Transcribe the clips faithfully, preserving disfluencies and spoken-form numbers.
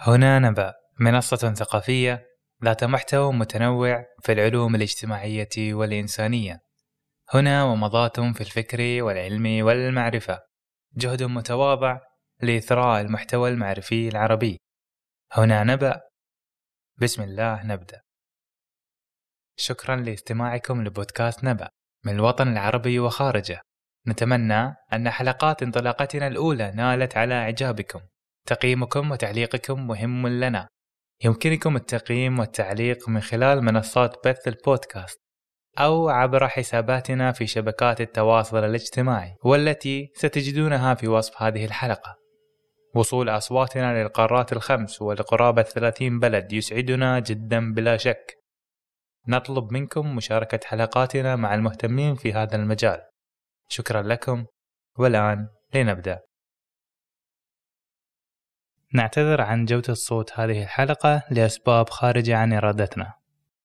هنا نبأ، منصة ثقافية ذات محتوى متنوع في العلوم الاجتماعية والإنسانية. هنا ومضات في الفكر والعلم والمعرفة، جهد متواضع لإثراء المحتوى المعرفي العربي. هنا نبأ، بسم الله نبدأ. شكرا لاستماعكم لبودكاست نبأ من الوطن العربي وخارجه. نتمنى أن حلقات انطلاقتنا الأولى نالت على إعجابكم. تقييمكم وتعليقكم مهم لنا. يمكنكم التقييم والتعليق من خلال منصات بث البودكاست أو عبر حساباتنا في شبكات التواصل الاجتماعي، والتي ستجدونها في وصف هذه الحلقة. وصول أصواتنا للقارات الخمس ولقرابة ثلاثين بلد يسعدنا جدا بلا شك. نطلب منكم مشاركة حلقاتنا مع المهتمين في هذا المجال. شكرا لكم، والآن لنبدأ. نعتذر عن جودة صوت هذه الحلقة لأسباب خارجة عن إرادتنا.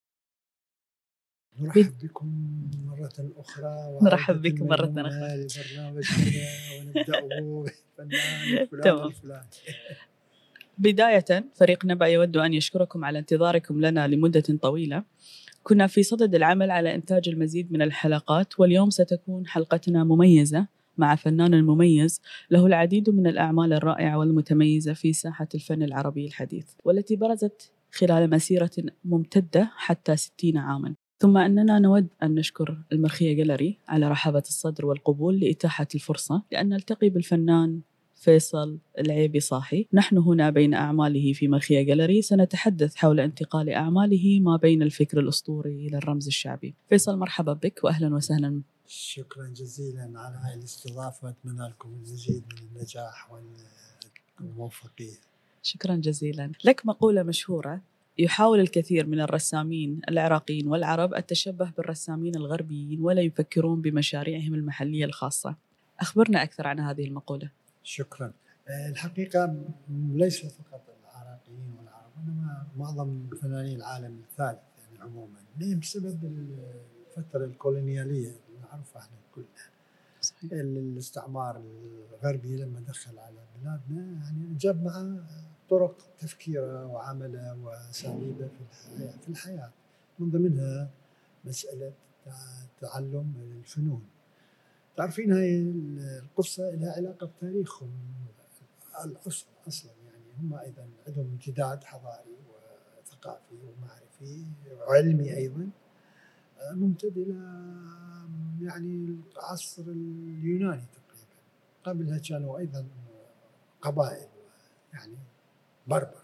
نرحب بكم مرة أخرى نرحب بكم مرة أخرى لبرنامجنا ونبدأه فنان فلان الفلان. بداية فريق نبأ يود أن يشكركم على انتظاركم لنا لمدة طويلة. كنا في صدد العمل على إنتاج المزيد من الحلقات، واليوم ستكون حلقتنا مميزة مع فنان مميز له العديد من الأعمال الرائعة والمتميزة في ساحة الفن العربي الحديث، والتي برزت خلال مسيرة ممتدة حتى ستين عاماً. ثم أننا نود أن نشكر المرخية جاليري على رحابة الصدر والقبول لإتاحة الفرصة لأن نلتقي بالفنان فيصل العيبي صاحي. نحن هنا بين أعماله في مرخية جاليري سنتحدث حول انتقال أعماله ما بين الفكر الأسطوري إلى الرمز الشعبي. فيصل، مرحبا بك وأهلا وسهلا. شكرا جزيلا على هاي الاستضافة، أتمنى لكم المزيد من النجاح والموفقية. شكرا جزيلا لك. مقولة مشهورة يحاول الكثير من الرسامين العراقيين والعرب التشبه بالرسامين الغربيين ولا يفكرون بمشاريعهم المحلية الخاصة. أخبرنا أكثر عن هذه المقولة. شكرا. الحقيقة ليس فقط العراقيين والعرب، إنما معظم فنانين العالم الثالث يعني عموما، بسبب الفترة الكولونيالية المعروفة احنا كلنا. صحيح. الاستعمار الغربي لما دخل على بلادنا يعني جاب معه طرق تفكيره وعمله وأساليبه في في الحياة، من ضمنها مسألة تعلم الفنون. تعرفين هاي القصة لها علاقة بتاريخهم الأصل أصلا، يعني هم أيضا عندهم امتداد حضاري وثقافي ومعرفي وعلمي أيضا ممتد إلى يعني العصر اليوناني تقريبا. قبلها كانوا أيضا قبائل يعني بربر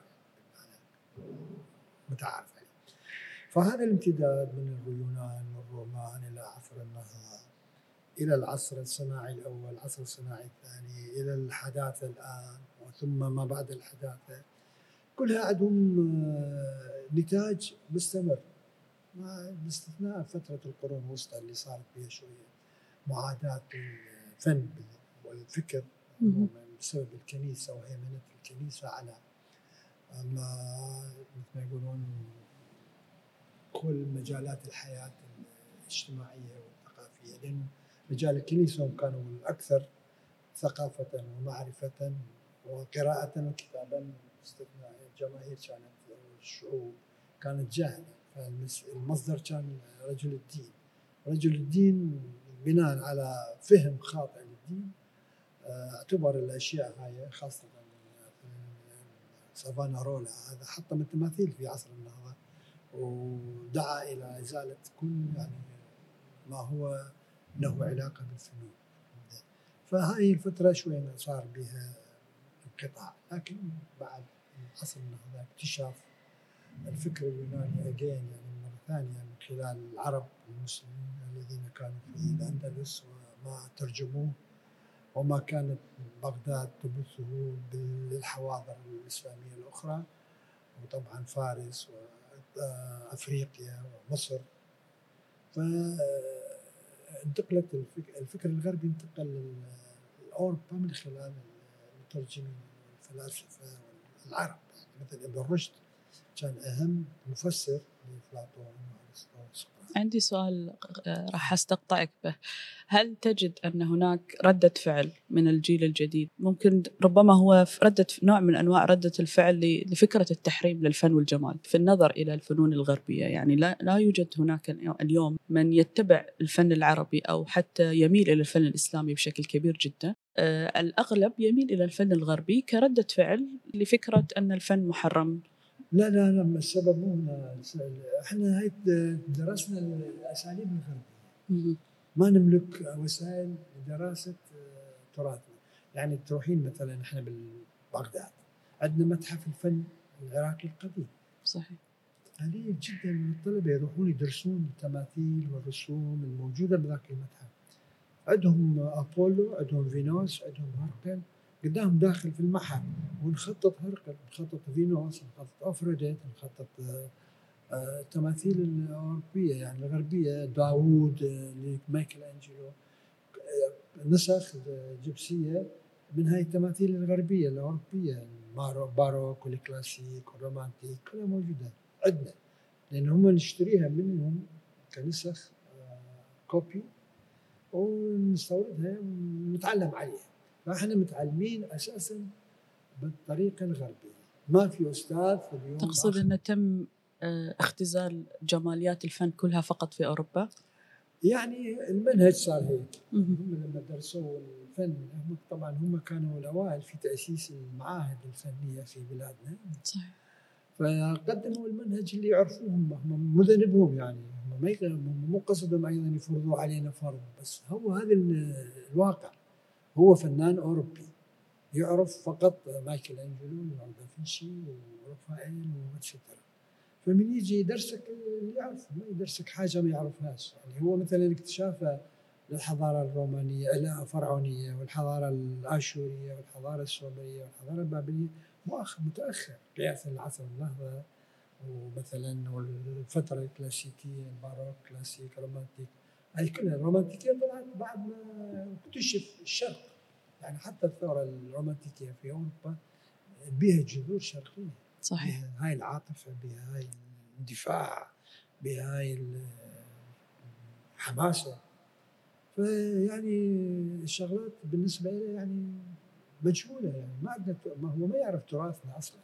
متعارف عليه. فهذا الامتداد من اليونان والرومان إلى عصر النهضة، إلى العصر الصناعي الأول، العصر الصناعي الثاني، إلى الحداثة الآن، وثم ما بعد الحداثة، كلها عندهم نتاج مستمر، باستثناء فترة القرون الوسطى اللي صارت فيها شوية معاداة الفن والفكر بسبب الكنيسة وهيمنة الكنيسة على ما مثل ما يقولون كل مجالات الحياة الاجتماعية والثقافية، لأن رجال الكنيسة هم كانوا الأكثر ثقافة ومعرفة وقراءة وكتابا، باستثناء الجماهير كانت الشعوب كانت جاهلة. فالمصدر كان رجل الدين. رجل الدين بناء على فهم خاطئ للدين اعتبر الأشياء هاي، خاصة سافونارولا هذا حطم التماثيل في عصر النهضة، ودعا إلى إزالة كل يعني ما هو له علاقة بالفنون. فهاي الفترة شوي صار بها انقطاع، لكن بعد عصر النهضة اكتشاف الفكر اليوناني أجين يعني مرة ثانية من خلال العرب المسلمين الذين كانوا في الأندلس وما ترجموه وما كانت بغداد تبثه بالحواضر الإسلامية الأخرى، وطبعا فارس وأفريقيا ومصر. فانتقلت الفكر, الفكر الغربي انتقل لأوروبا من خلال المترجمين والفلاسفة والعرب، يعني مثل ابن رشد كان أهم مفسر لأفلاطون وأرسطو وسقراط. عندي سؤال راح أستقطعك به. هل تجد أن هناك ردة فعل من الجيل الجديد ممكن ربما هو ردة نوع من أنواع ردة الفعل لفكرة التحريم للفن والجمال في النظر إلى الفنون الغربية؟ يعني لا, لا يوجد هناك اليوم من يتبع الفن العربي أو حتى يميل إلى الفن الإسلامي بشكل كبير جدا. أه الأغلب يميل إلى الفن الغربي كردة فعل لفكرة أن الفن محرم. لا لا لا السبب مو هنا. احنا هاي درسنا الاساليب الغربيه، ما نملك وسائل لدراسه تراثنا. يعني تروحين مثلا احنا بالبغداد عندنا متحف الفن العراقي القديم. صحيح. قليل جدا من الطلبه يروحون يدرسون التماثيل والرسوم الموجوده بذاك المتحف. عندهم ابولو، عندهم فينوس، عندهم هرقل قدام داخل في المعهد، ونخطط هرقل، نخطط فينوس، نخطط أفروديت، نخطط التماثيل الأوروبية يعني الغربية، داوود لمايكل أنجلو، نسخ جبسية من هاي التماثيل الغربية الأوروبية، الباروك والكلاسيك والرومانتيك كلها موجودة عندنا، لأن هم نشتريها منهم كنسخ كوبي ونستوردها ونتعلم عليها. فاحنا متعلمين اساسا بالطريقه الغربيه، ما في استاذ في اليوم. تقصد ان تم اختزال جماليات الفن كلها فقط في اوروبا؟ يعني المنهج صار هيك. هم لما درسوا الفن هم طبعا هم كانوا الاوائل في تاسيس المعاهد الفنيه في بلادنا. صحيح. فقدموا المنهج اللي يعرفوهم، هم مذنبهم يعني، هم مو قصدهم ايضا يفرضوا علينا فرض، بس هو هذا الواقع. هو فنان اوروبي يعرف فقط مايكل أنجلو ودافنشي ورافائيل واتشترا، فمن يجي يدرسك اللي يعرف، ما يدرسك حاجه ما يعرفهاش. يعني هو مثلا اكتشافه للحضاره الرومانيه الفرعونيه والحضاره الاشوريه والحضاره السومريه والحضاره البابليه مؤخر متاخر قياسا لعصر النهضه ومثلا والفتره الكلاسيكيه، الباروك، كلاسيك، رومانتيك. هاي كلها الرومانتيكيه طلعت بعد ما اكتشف الشرق. يعني حتى الثوره الرومانتيكيه في اوروبا بها جذور شرقيه. صحيح. بها هاي العاطفه، بها هاي الاندفاع، بها هاي الحماسه. فيعني الشغلات بالنسبه له يعني مجهوله، يعني ما عندنا، ما هو ما يعرف تراثنا اصلا،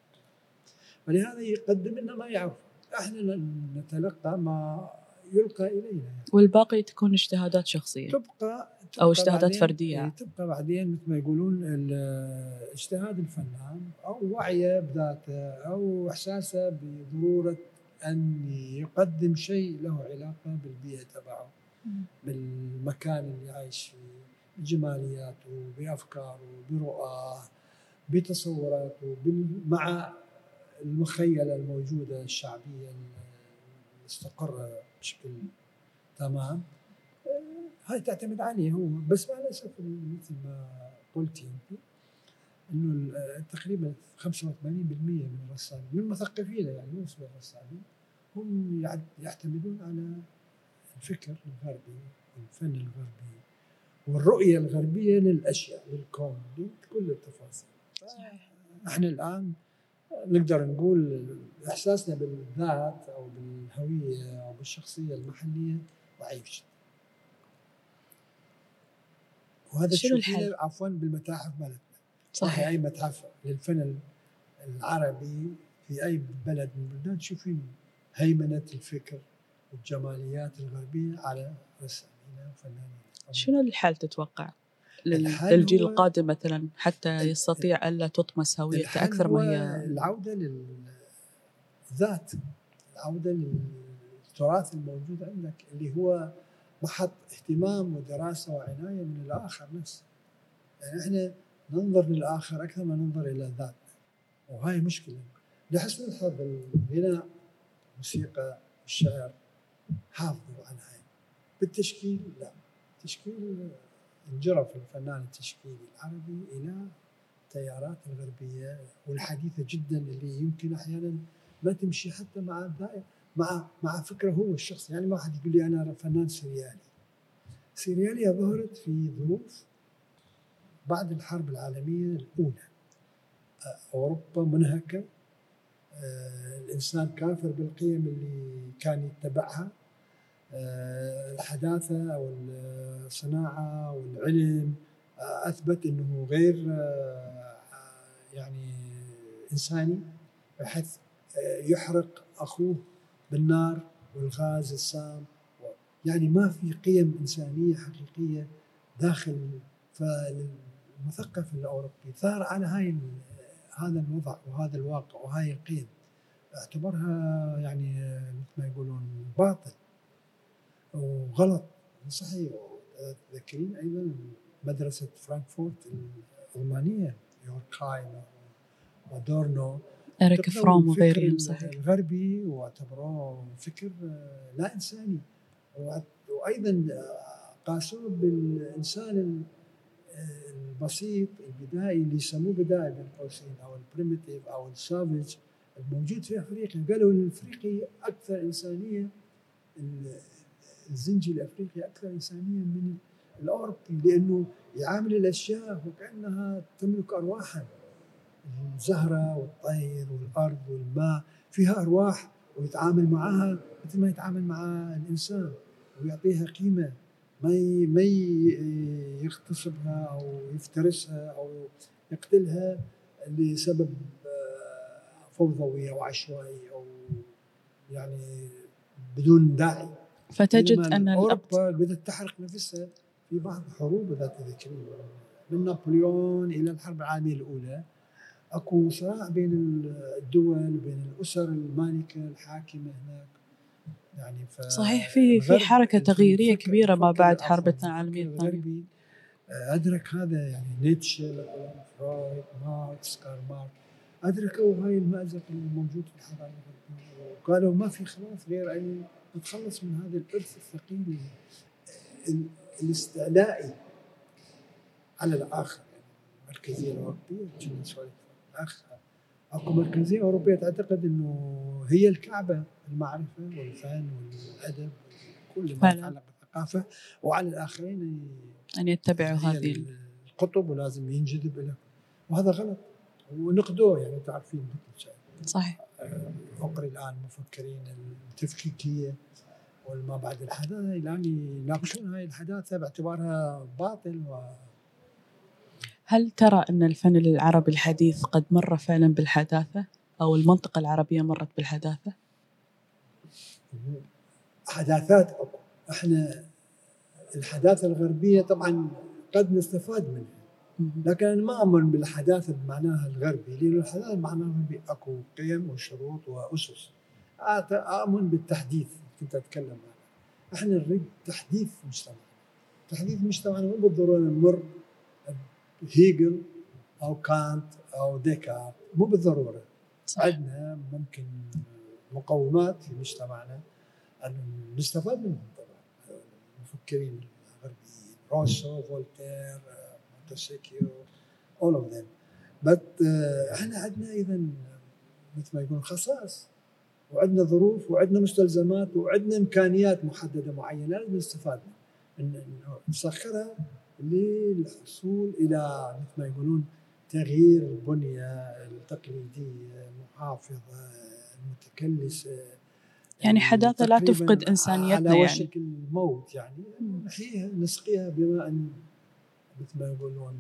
ولهذا يقدم لنا ما يعرف. احنا نتلقى ما يلقى الينا يعني. والباقي تكون اجتهادات شخصيه تبقى, تبقى او اجتهادات فرديه. تبقى بعدين مثل ما يقولون اجتهاد الفنان او وعيه بذاته او احساسه بضروره ان يقدم شيء له علاقه بالبيئه تبعه، بالمكان اللي عايش فيه، بجمالياته، بافكاره، برؤاه، بتصوراته، مع المخيله الموجوده الشعبيه المستقره بشكل تمام. هاي تعتمد عليه هو. بس مع الاسف مثل ما قلتي انت انه تقريبا خمسة وثمانين بالمئة من الرسامين من المثقفين، يعني مو بس الرسامين، هم يعتمدون على الفكر الغربي والفن الغربي والرؤيه الغربيه للاشياء، للكون، لكل التفاصيل. احنا الان نقدر نقول احساسنا بالذات او بالهويه او بالشخصيه المحليه ضعيف جدا. وهذا شنو الحل؟ عفوا بالمتاحف مالتنا. صحيح. اي متحف للفن العربي في اي بلد من البلدان تشوفين هيمنه الفكر والجماليات الغربيه على رسامين وفنانين. شنو الحل تتوقع للجيل القادم مثلا حتى يستطيع الا تطمس هويته اكثر ما هي؟ العوده للذات، العوده للتراث الموجود عندك اللي هو محط اهتمام ودراسه وعنايه من الاخر نفسه. يعني احنا ننظر للاخر اكثر ما ننظر الى ذاتنا، وهاي مشكله. لحسن الحظ الغناء، الموسيقى، الشعر حافظوا على هاي. بالتشكيل لا، التشكيل انجرف الفنان التشكيلي العربي الى التيارات الغربيه والحديثه جدا اللي يمكن احيانا ما تمشي حتى مع مع مع فكره هو الشخص. يعني ما حد يقول لي انا فنان سريالي. سرياليا ظهرت في ظروف بعد الحرب العالميه الاولى، اوروبا منهكه، الإنسان كافر بالقيم اللي كان يتبعها. الحداثة أو الصناعة والعلم أثبت أنه غير يعني إنساني، بحيث يحرق أخوه بالنار والغاز السام، يعني ما في قيم إنسانية حقيقية داخل. فالمثقف الأوروبي ثار على هاي هذا الوضع وهذا الواقع وهاي القيم، اعتبرها يعني مثل ما يقولون باطل وغلط صحيح. تذكرين أيضا مدرسة فرانكفورت الألمانية، يوركهايم ودورنو، إريك فروم وغيرهم صحيح الغربي، واعتبروه فكر لا إنساني. وأيضا قاسوه بالإنسان البسيط البدائي اللي يسموه بدائي بين قوسين، أو البريميتيف أو السافيج الموجود في أفريقيا. قالوا إن الأفريقي أكثر إنسانية، الزنجي الأفريقي أكثر إنسانية من الأوروبي، لأنه يعامل الأشياء وكأنها تملك أرواحا. الزهرة والطير والأرض والماء فيها أرواح، ويتعامل معها مثل ما يتعامل مع الإنسان، ويعطيها قيمة، ما ما يغتصبها أو يفترسها أو يقتلها لسبب فوضوية أو عشوائي أو يعني بدون داعي. فتجد أن أوروبا بدأت تحرق نفسها في بعض الحروب ذات ذكرين، من نابليون إلى الحرب العالمية الأولى أكو صراع بين الدول وبين الأسر المالكة الحاكمة هناك. يعني صحيح في في حركة تغييرية كبيرة ما بعد حربتنا العالمية الثانية. أدرك هذا، يعني نيتشه، فرويد، ماركس، كارل ماركس أدركوا هاي المأزق الموجود في الحضارة الغربية، وقالوا ما في خلاص غير أن نتخلص من هذا الإرث الثقيل الاستعلائي على الآخر. المركزية الأوروبية كنا نسولف الآخر، أكو مركزية أوروبية تعتقد إنه هي الكعبة، المعرفة والفن والأدب كل ما يتعلق بالثقافة، وعلى الآخرين أن يتبعوا هذه القطب ولازم ينجذب إليه، وهذا غلط ونقدوه. يعني تعرفين صحيح. أقرأ الآن مفكرين التفكيكية والما بعد الحداثة الآن يناقشون هاي الحداثة باعتبارها باطل. و هل ترى أن الفن العربي الحديث قد مر فعلا بالحداثة، أو المنطقة العربية مرت بالحداثة؟ حداثات أكو، إحنا الحداثة الغربية طبعا قد نستفاد منها، لكن أنا ما أؤمن بالحداثة بمعناها الغربي، لأن الحداثة بمعناها الغربي أكو قيم وشروط وأسس. أؤمن بالتحديث كنت أتكلم عنه. إحنا نريد تحديث مجتمع، تحديث مجتمع مو بالضرورة نمر هيجل أو كانت أو ديكارت، مو بالضرورة. عندنا ممكن مقومات في مجتمعنا أن نستفاد منهم طبعا، المفكرين الغربيين روسو، فولتير، مونتسكيو، all of them. but احنا عندنا ايضا مثل ما يقولون خصائص، وعندنا ظروف، وعندنا مستلزمات، وعندنا امكانيات محدده معينه لازم نستفاد منها، نسخرها للحصول الى مثل ما يقولون تغيير البنيه التقليديه المحافظه المتكلسه، يعني حداثة لا تفقد إنسانيتنا، على يعني وشك الموت، يعني نحييها نسقيها بماء مثل ما يقولون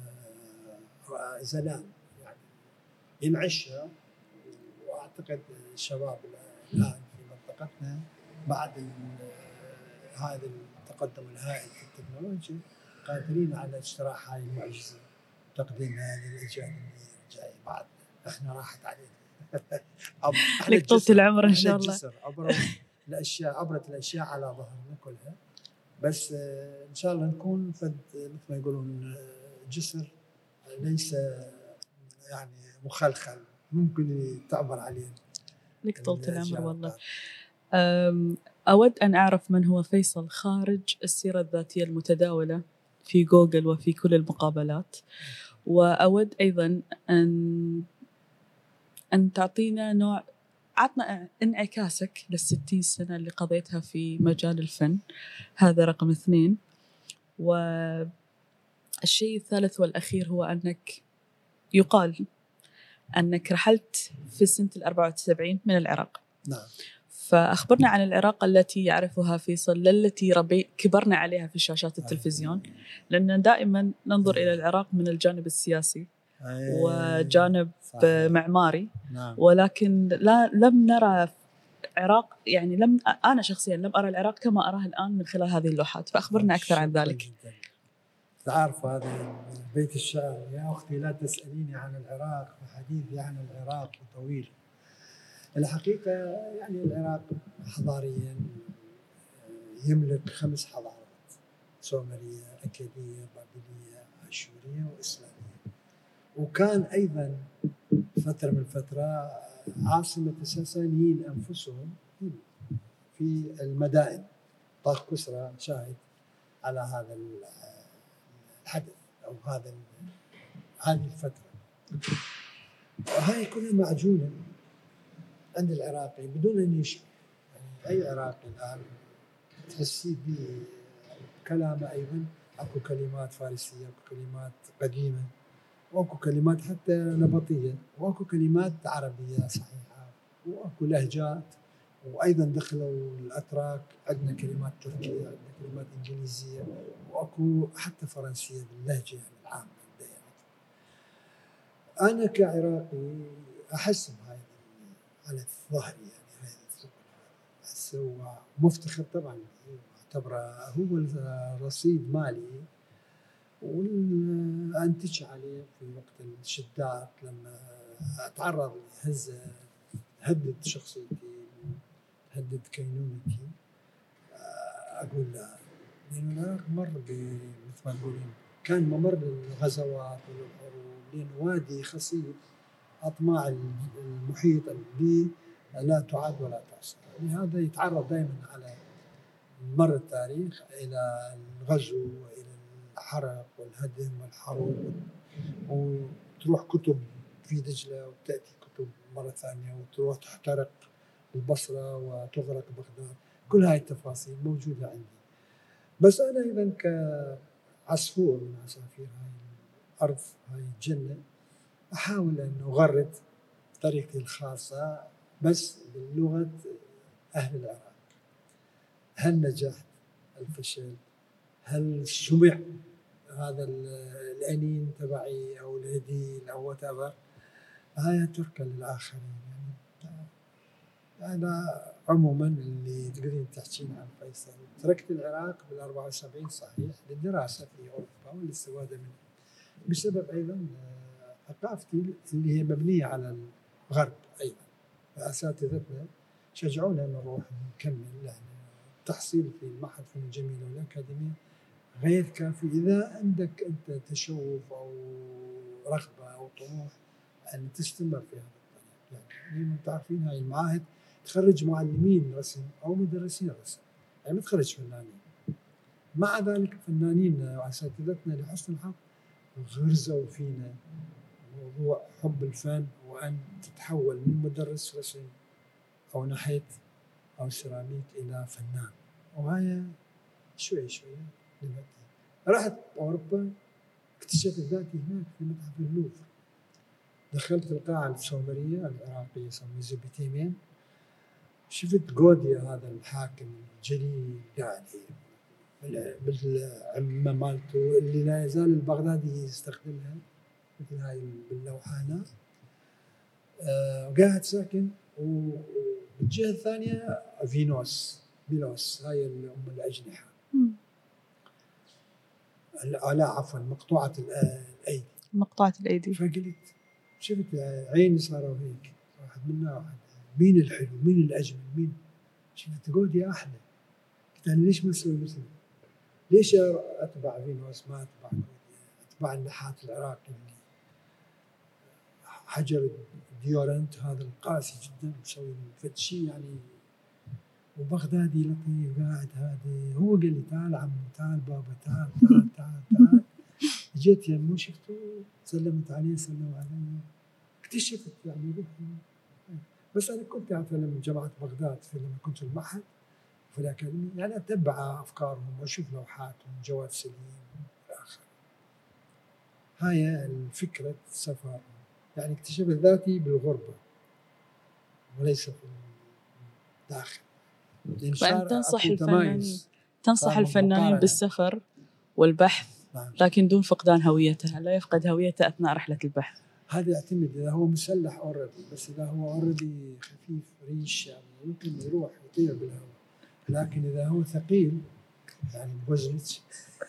زلام، يعني ينعشها. وأعتقد الشباب الآن في منطقتنا بعد هذا التقدم الهائل في التكنولوجيا قادرين على اجتراح هاي المعجزة تقديمها للأجيال الجاية. بعد احنا راحت علينا لك طولة العمر إن شاء الله. عبرت الأشياء عبرت الأشياء على ظهرنا كلها، بس إن شاء الله نكون فد مثل ما يقولون جسر ليس يعني مخلخل ممكن تعبر عليه. لك طولة العمر والله. أود أن أعرف من هو فيصل خارج السيرة الذاتية المتداولة في جوجل وفي كل المقابلات، وأود أيضا أن أن تعطينا نوع عطنا انعكاسك للستين سنة اللي قضيتها في مجال الفن. هذا رقم اثنين. والشيء الثالث والأخير هو أنك يقال أنك رحلت في سنة الأربعة وسبعين من العراق. نعم. فأخبرنا عن العراق التي يعرفها فيصل، التي ربي كبرنا عليها في شاشات التلفزيون، لأن دائما ننظر إلى العراق من الجانب السياسي وجانب صحيح. معماري. نعم. ولكن لا لم نرى العراق، يعني لم أنا شخصيا لم أرى العراق كما أراه الآن من خلال هذه اللوحات، فأخبرنا أكثر عن ذلك. تعرف هذا بيت الشعر: يا أختي لا تسأليني عن العراق فحديثي عن العراق طويل. الحقيقة يعني العراق حضاريا يملك خمس حضارات: سومرية، أكادية، بابلية، أشورية، وإسلامية. وكان أيضا فترة من الفترة عاصمة الساسانيين أنفسهم في المدائن. طاق كسرى شاهد على هذا الحدث أو هذا هذه الفترة. وهي كلها معجونة عند العراقي بدون أن يشعر. يعني أي عراقي الآن تحسي به كلامه أيضا أكو كلمات فارسية، أكو كلمات قديمة، وأكو كلمات حتى نبطية، وأكو كلمات عربية صحيحة، وأكو لهجات. وأيضا دخلوا الأتراك، عندنا كلمات تركية، عندنا كلمات إنجليزية، وأكو حتى فرنسية باللهجة العامة. أنا كعراقي أحس بهاي على ظهري، يعني هاي الثقل هو مفتخر طبعا، اعتبره هو الرصيد مالي وأنتج عليه في وقت الشدات. لما أتعرض لهزة هدد شخصيتي، هدد كينونتي، أقول لا. لأن العراق مر مثل ما تقولين كان ممر للغزوات والحروب، لأن وادي خصيب أطماع المحيط به لا تعد ولا تحصى. لهذا يتعرض دائما على مر التاريخ إلى الغزو وإلى الحرق والهدم والحروب، وتروح كتب في دجلة وتأتي كتب مرة ثانية، وتروح تحترق البصرة وتغرق بغداد. كل هاي التفاصيل موجودة عندي. بس أنا أيضا كعصفور من عصافير هاي الأرض، هاي الجنة، أحاول أن أغرد طريقتي الخاصة بس باللغة أهل العراق. هل نجحت؟ هل فشل؟ هل سمع هذا الأنين تبعي أو الهديل أو whatever؟ هاي تركة للآخرين. يعني أنا عموما اللي تقدرين تحكين عن فيصل، تركت العراق بالأربعة وسبعين صحيح للدراسة في أوروبا والاستفادة منه، بسبب أيضا ثقافتي اللي هي مبنية على الغرب. أيضا أساتذتنا شجعونا أن نروح نكمل، يعني التحصيل في المعهد الفنون الجميلة والأكاديمية غير كافي إذا عندك أنت تشوف أو رغبة أو طموح أن تستمر في هذا الطريق. يعني من تعرفين هاي المعاهد تخرج معلمين رسم أو مدرسين رسم، يعني ما تخرج فنانين. مع ذلك فنانين وأساتذتنا لحسن الحظ غرزوا فينا موضوع حب الفن، وأن تتحول من مدرس رسم أو نحت أو سيراميك إلى فنان. وهي شوي شوي نبدأ. رحت أوروبا، اكتشفت ذاتي هناك في متحف اللوفر. دخلت القاعة السومرية العراقية يسموها زبيتيمين، شفت غوديا هذا الحاكم الجليل قاعد بالعمة مالته اللي لا يزال البغدادي يستخدمها مثل هاي باللوحانة. آه قاعد ساكن. والجهة الثانية فينوس بيلوس، هاي أم الأجنحة. لا عفوا مقطوعة الأيدي. مقطوعة الأيدي. فقلت شفت عيني صاروا هيك، واحد منا واحد، مين الحلو مين الأجمل مين؟ شفت غوديا أحلى. قلت أنا ليش ما أسوي مثله؟ ليش أتبع فينوس ما أتبع غوديا؟ أتبع النحات العراقي اللي حجر ديورنت هذا القاسي جدا مسوي فد شيء يعني. وبغدادي لطيف قاعد هادي. هو قال لي تعال عمو، تعال بابا، تعال تعال تعال تعال. جيت يمه شفته، سلمت عليه سلم علي، اكتشفت يعني روحي. بس أنا كنت أعرف من جامعة بغداد في لما كنت في المعهد في الأكاديمية، يعني أتبع أفكارهم وأشوف لوحاتهم، جواد سليم والآخر. هاي الفكرة سفر يعني اكتشاف ذاتي بالغربة وليس في الداخل. فأنت تنصح الفنانين تنصح الفنانين بالسفر والبحث، نعم. لكن دون فقدان هويته، لا يفقد هويته أثناء رحلة البحث. هذا يعتمد إذا هو مسلح أوريدي، بس إذا هو أوريدي خفيف ريش يعني يمكن يروح يطير بالهواء، لكن إذا هو ثقيل يعني بوزنتش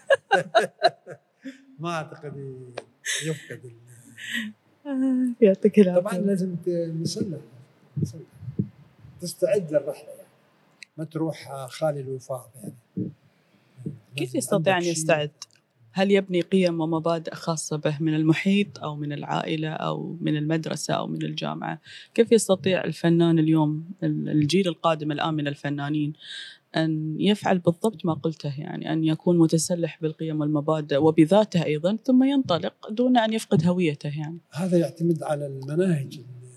ما أعتقد يفقد. يعطيك العافية. طبعا لازم مسلح مسلح تستعد للرحلة، يعني ما تروح خالي الوفاض. يعني كيف يستطيع أن يستعد؟ هل يبني قيم ومبادئ خاصة به من المحيط أو من العائلة أو من المدرسة أو من الجامعة؟ كيف يستطيع الفنان اليوم، الجيل القادم الآن من الفنانين، أن يفعل بالضبط ما قلته، يعني أن يكون متسلح بالقيم والمبادئ وبذاته أيضا، ثم ينطلق دون أن يفقد هويته؟ يعني هذا يعتمد على المناهج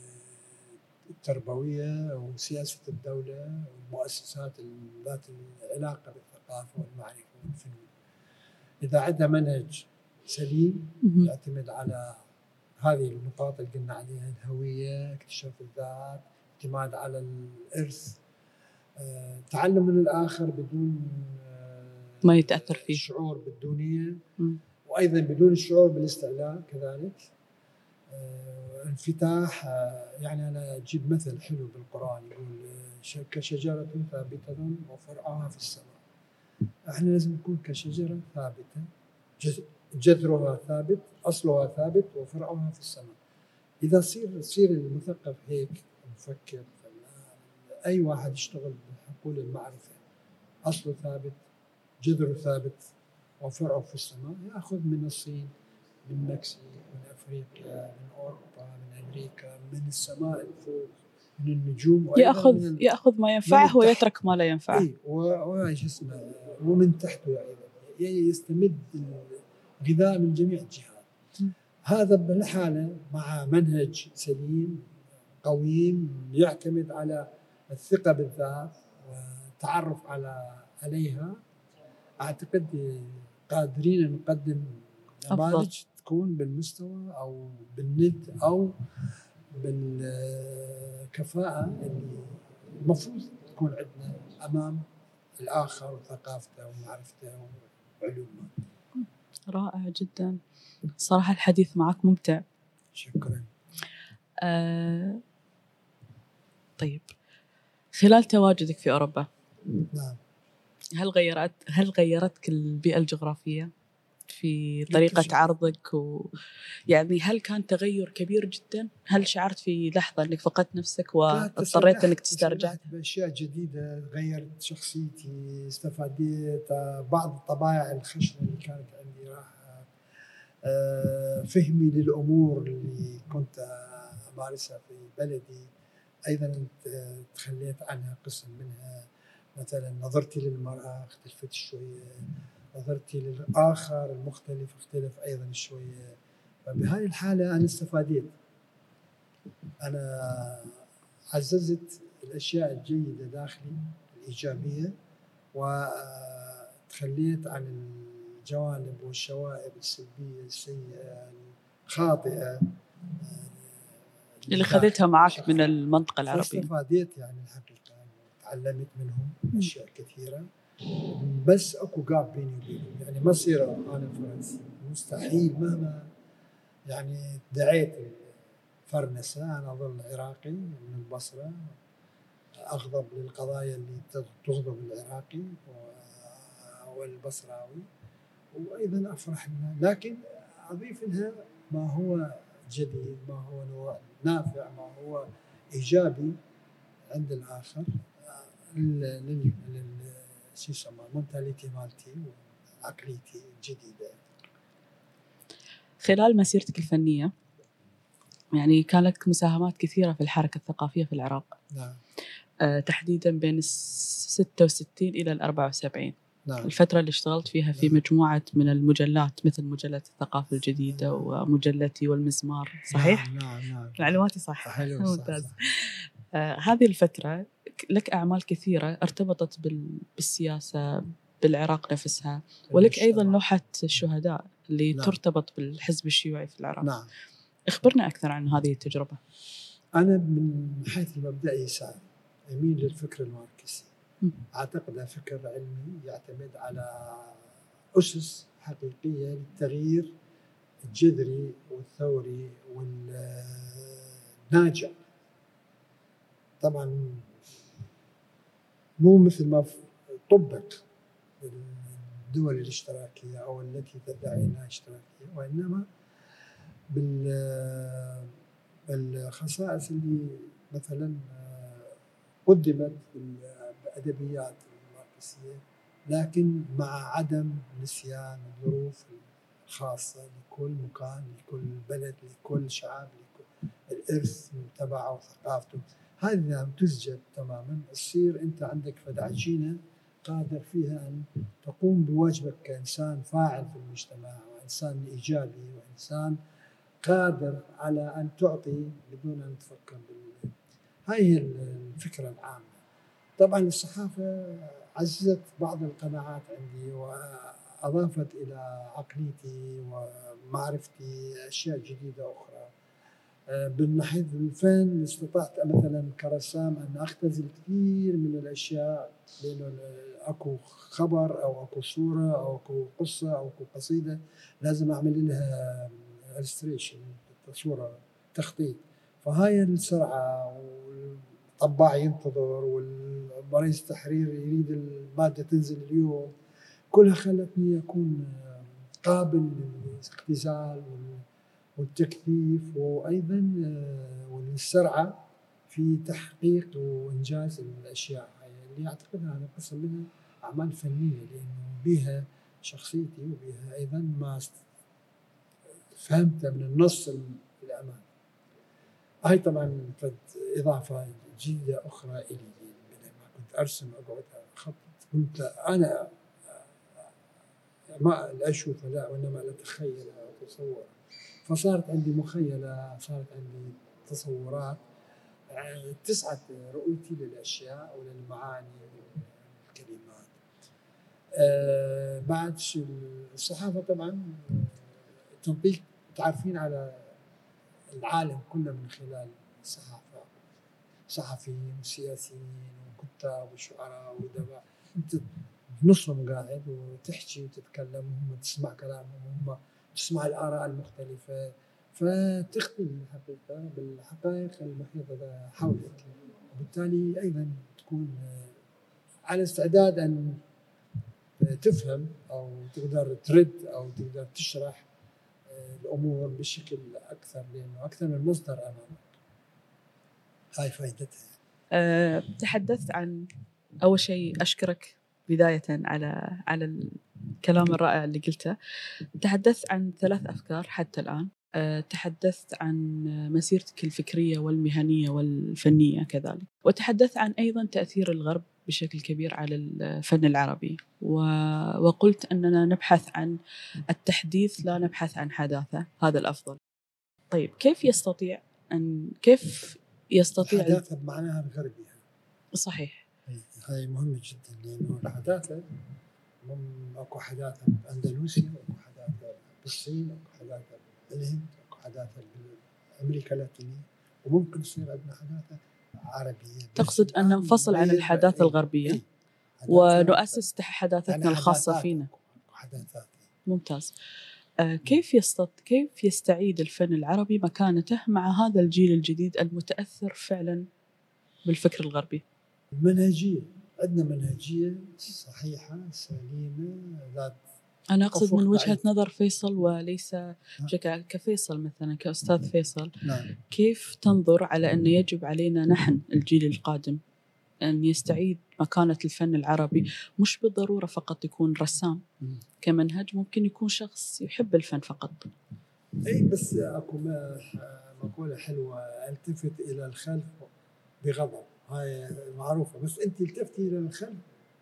التربوية وسياسة الدولة والمؤسسات ذات العلاقة بالثقافة والمعرفة والفنون. إذا عندها منهج سليم يعتمد على هذه النقاط اللي قلنا عليها: الهوية، اكتشاف الذات، اعتماد على الإرث، أه، تعلم من الآخر بدون أه ما يتأثر فيه، الشعور بالدونية، م. وأيضا بدون الشعور بالاستعلاء كذلك. أه، انفتاح. أه، يعني أنا أجيب مثل حلو بالقرآن يقول: كشجرة ثابتة وفرعها في السماء. احنا لازم نكون كشجرة ثابتة، جذرها ثابت، أصلها ثابت، وفرعها في السماء. إذا صير صير المثقف هيك مفكر، أي واحد يشتغل بحقول المعرفة، أصله ثابت، جذره ثابت، وفرعه في السماء، يأخذ من الصين، من مكسيك، من أفريقيا، من أوروبا، من أمريكا، من السماء الفوق، من النجوم، يأخذ من يأخذ ما ينفعه ويترك ما لا ينفعه. إيه، وإيش اسمه، ومن تحته يعني يستمد الغذاء من جميع الجهات. م. هذا بالحالة مع منهج سليم قويم يعتمد على الثقة بالذات والتعرف على عليها، أعتقد قادرين نقدم نماذج تكون بالمستوى أو بالند أو بالكفاءة اللي المفروض تكون عندنا أمام الآخر وثقافته ومعرفته وعلومه. رائع جدا صراحة، الحديث معك ممتع. شكرا. آه طيب، خلال تواجدك في أوروبا، نعم، هل غيرت هل غيرتك البيئة الجغرافية في طريقة عرضك و... يعني هل كان تغير كبير جدا؟ هل شعرت في لحظة أنك فقدت نفسك واضطريت أنك تسترجع؟ بأشياء جديدة غيرت شخصيتي، استفاديت بعض الطبائع الخشنة اللي كانت عندي راحت، فهمي للأمور اللي كنت أمارسها في بلدي أيضا تخليت عنها قسم منها. مثلا نظرتي للمرأة اختلفت شوية، نظرتي للآخر المختلف اختلف أيضا شوية. فبهذه الحالة أنا استفاديت، أنا عززت الأشياء الجيدة داخلي الإيجابية، وتخليت عن الجوانب والشوائب السلبية السيئة الخاطئة اللي خذتها معك من المنطقة العربية. استفاديت يعني الحقيقة، تعلمت منهم أشياء كثيرة. بس أكو قاب بيني وبينهم، يعني ما صير أنا فرنسي، مستحيل مهما يعني دعيت فرنسا أنا أظل عراقي من البصرة، أغضب للقضايا اللي تغضب العراقي والبصراوي، وأيضا أفرح لها، لكن أضيف لها ما هو جديد، ما هو نوع نافع، ما هو إيجابي عند الآخر، لل شو يسمى منتاليتي مالتي وعقليتي الجديدة. خلال مسيرتك الفنية يعني كان لك مساهمات كثيرة في الحركة الثقافية في العراق. نعم. أه تحديدا بين الستة وستين إلى الأربعة وسبعين. نعم. الفترة اللي اشتغلت فيها في نعم. مجموعة من المجلات مثل مجلة الثقافة الجديدة نعم. ومجلتي والمزمار. صحيح؟ نعم نعم نعم. معلوماتي صح. حلو. ممتاز. آه هذه الفترة لك أعمال كثيرة ارتبطت بالسياسة بالعراق نفسها، ولك أيضا لوحة الشهداء اللي نعم. ترتبط بالحزب الشيوعي في العراق. نعم. اخبرنا أكثر عن هذه التجربة. أنا من حيث المبدئي سعي أميل للفكر الماركسي. أعتقد فكر علمي يعتمد على أسس حقيقية للتغيير الجذري والثوري والناجع. طبعا مو مثل ما طبق الدول الاشتراكية أو التي تدعي أنها اشتراكية، وإنما بالخصائص اللي مثلا قدمت بالأدبيات الماركسية، لكن مع عدم نسيان الظروف الخاصة لكل مكان، لكل بلد، لكل شعب، لكل الإرث تبعه وثقافته. هذه تسجد تماما، تصير أنت عندك فدعجينة قادر فيها أن تقوم بواجبك كإنسان فاعل في المجتمع، وإنسان إيجابي، وإنسان قادر على أن تعطي بدون أن تفكر بال... هاي هي الفكرة العامة. طبعا الصحافة عززت بعض القناعات عندي وأضافت إلى عقليتي ومعرفتي أشياء جديدة أخرى. بالناحية الفن استطعت مثلا كرسام أن أختزل كثير من الأشياء، لأنه أكو خبر أو أكو صورة أو أكو قصة أو أكو قصيدة لازم أعمل لها illustration، صورة، تخطيط. فهاي السرعة، والطباع ينتظر، والرئيس التحرير يريد المادة تنزل اليوم، كلها خلتني أكون قابل للاختزال والتكثيف، وأيضا والسرعة في تحقيق وإنجاز الأشياء اللي أعتقدها أنا قسم منها أعمال فنية، لأنه بها شخصيتي وبها أيضا ما فهمت من النص الأمام. هاي طبعا إضافة جديدة أخرى إلي، لما كنت أرسم أقعد أخطط، كنت أنا ما أشوف لا، وإنما أتخيل أتصور، فصارت عندي مخيلة، صارت عندي تصورات تسعة رؤيتي للأشياء وللمعاني والكلمات. أه بعد الصحافة طبعا تنطيك تعرفين على العالم كله من خلال الصحافة، صحفيين وسياسيين وكتاب وشعراء وأدباء، أنت بنصهم قاعد وتحكي وتتكلم وهم تسمع كلامهم وهم تسمع الآراء المختلفة، فتختلف الحقيقة بالحقائق المحيطة حولك، وبالتالي أيضا تكون على استعداد أن تفهم أو تقدر ترد أو تقدر تشرح الأمور بشكل أكثر، لأنه أكثر من مصدر أمامك. هاي فائدتها. أه، تحدثت عن أول شيء أشكرك بداية على على الكلام الرائع اللي قلته. تحدثت عن ثلاث أفكار حتى الآن. أه، تحدثت عن مسيرتك الفكرية والمهنية والفنية كذلك، وتحدثت عن أيضا تأثير الغرب بشكل كبير على الفن العربي، وقلت أننا نبحث عن التحديث لا نبحث عن حداثة، هذا الأفضل. طيب كيف يستطيع أن كيف يستطيع الحداثة بمعناها الغربي؟ صحيح، هاي مهمة جدا، لأنه الحداثة أكو حداثة بأندلسيا، أكو حداثة بالصين، أكو حداثة بالهند، أكو حداثة بأمريكا اللاتينية، وممكن يصير عندنا حداثة عربية. تقصد أن ننفصل عن الحداثة الغربية إيه؟ ونؤسس حداثتنا الخاصة فينا. حداثات. ممتاز. آه كيف يستط... كيف يستعيد الفن العربي مكانته مع هذا الجيل الجديد المتأثر فعلا بالفكر الغربي؟ المنهجية، عندنا منهجية صحيحة سليمة ذات. أنا أقصد من وجهة نظر فيصل، وليس كفيصل مثلا كأستاذ فيصل. نعم. كيف تنظر على أن يجب علينا نحن الجيل القادم أن يستعيد مكانة الفن العربي؟ مش بالضرورة فقط يكون رسام كمنهج، ممكن يكون شخص يحب الفن فقط. أي بس أكو مقولة حلوة، التفت إلى الخلف بغضب، هاي معروفة، بس أنت التفتي إلى الخلف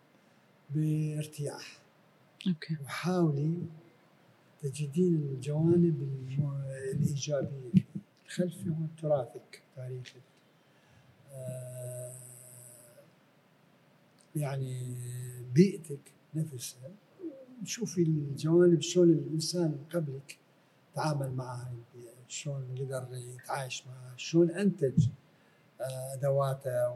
بارتياح. أوكي. وحاولي تجدين الجوانب الإيجابية. الخلفي هو تراثك، تاريخك، آه يعني بيئتك نفسها. شوفي الجوانب، شلون الإنسان قبلك تعامل مع هاي البيئة، شلون قدر يتعايش معه، شلون أنتج أدواته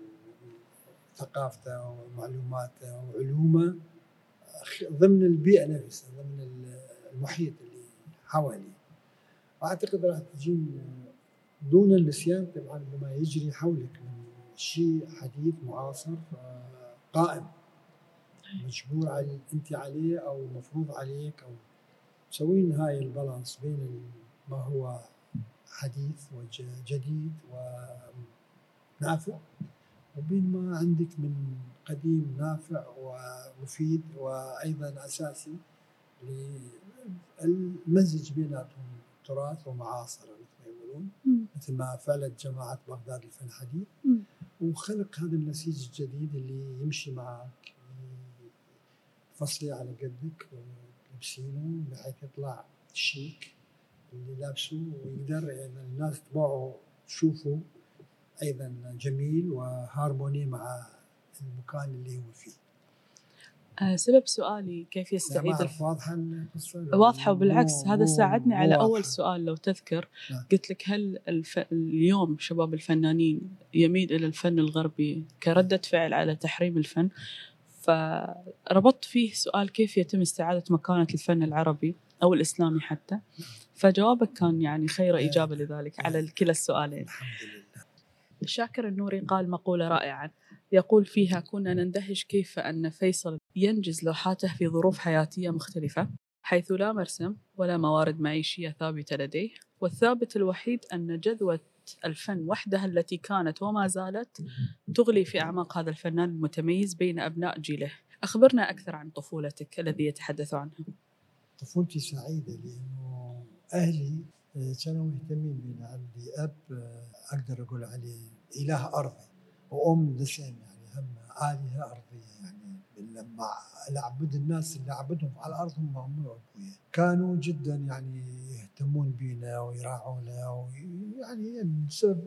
وثقافته ومعلوماته وعلومه ضمن البيئة نفسها، ضمن المحيط اللي حواليه. أعتقد راح تجين دون النسيان طبعا بما يجري حولك من شيء حديث معاصر قائم مجبور على أنت عليه أو مفروض عليك، أو تسوين هاي البالانس بين ما هو حديث وجديد ونافع وبين ما عندك من قديم نافع ومفيد وأيضا أساسي للمزج بيناتهم تراث ومعاصر مثل ما يقولون، مثل ما فعلت جماعة بغداد للفن الحديث، وخلق هذا النسيج الجديد اللي يمشي معك فصلي على قدك ولبسينه بحيث يطلع شيك اللي لابسه ويقدر يعني الناس تبعه تشوفه أيضا جميل وهارموني مع المكان اللي هو فيه. أه سبب سؤالي كيف يستعيد الف... واضحة القصة؟ واضحة، وبالعكس هذا ساعدني على واضحة. أول سؤال لو تذكر نعم. قلت لك هل الف... اليوم شباب الفنانين يميل إلى الفن الغربي كردة فعل على تحريم الفن، فربطت فيه سؤال كيف يتم استعادة مكانة الفن العربي أو الإسلامي حتى، فجوابك كان يعني خير إجابة لذلك على كلا السؤالين. الحمد لله. شاكر النوري قال مقولة رائعة يقول فيها: كنا نندهش كيف أن فيصل ينجز لوحاته في ظروف حياتية مختلفة حيث لا مرسم ولا موارد معيشية ثابتة لديه، والثابت الوحيد أن جذوة الفن وحدها التي كانت وما زالت تغلي في أعماق هذا الفنان المتميز بين أبناء جيله. أخبرنا أكثر عن طفولتك الذي يتحدث عنها. طفولتي سعيدة لأنه أهلي كانوا مهتمين بنا. عندي أب أقدر أقول عليه إله أرضي وأم دسم، يعني هم آلهة أرضية، يعني لما أعبد الناس اللي أعبدهم على الأرض هم هم وأبويا. كانوا جدا يعني يهتمون بنا ويراعونا، ويعني بسبب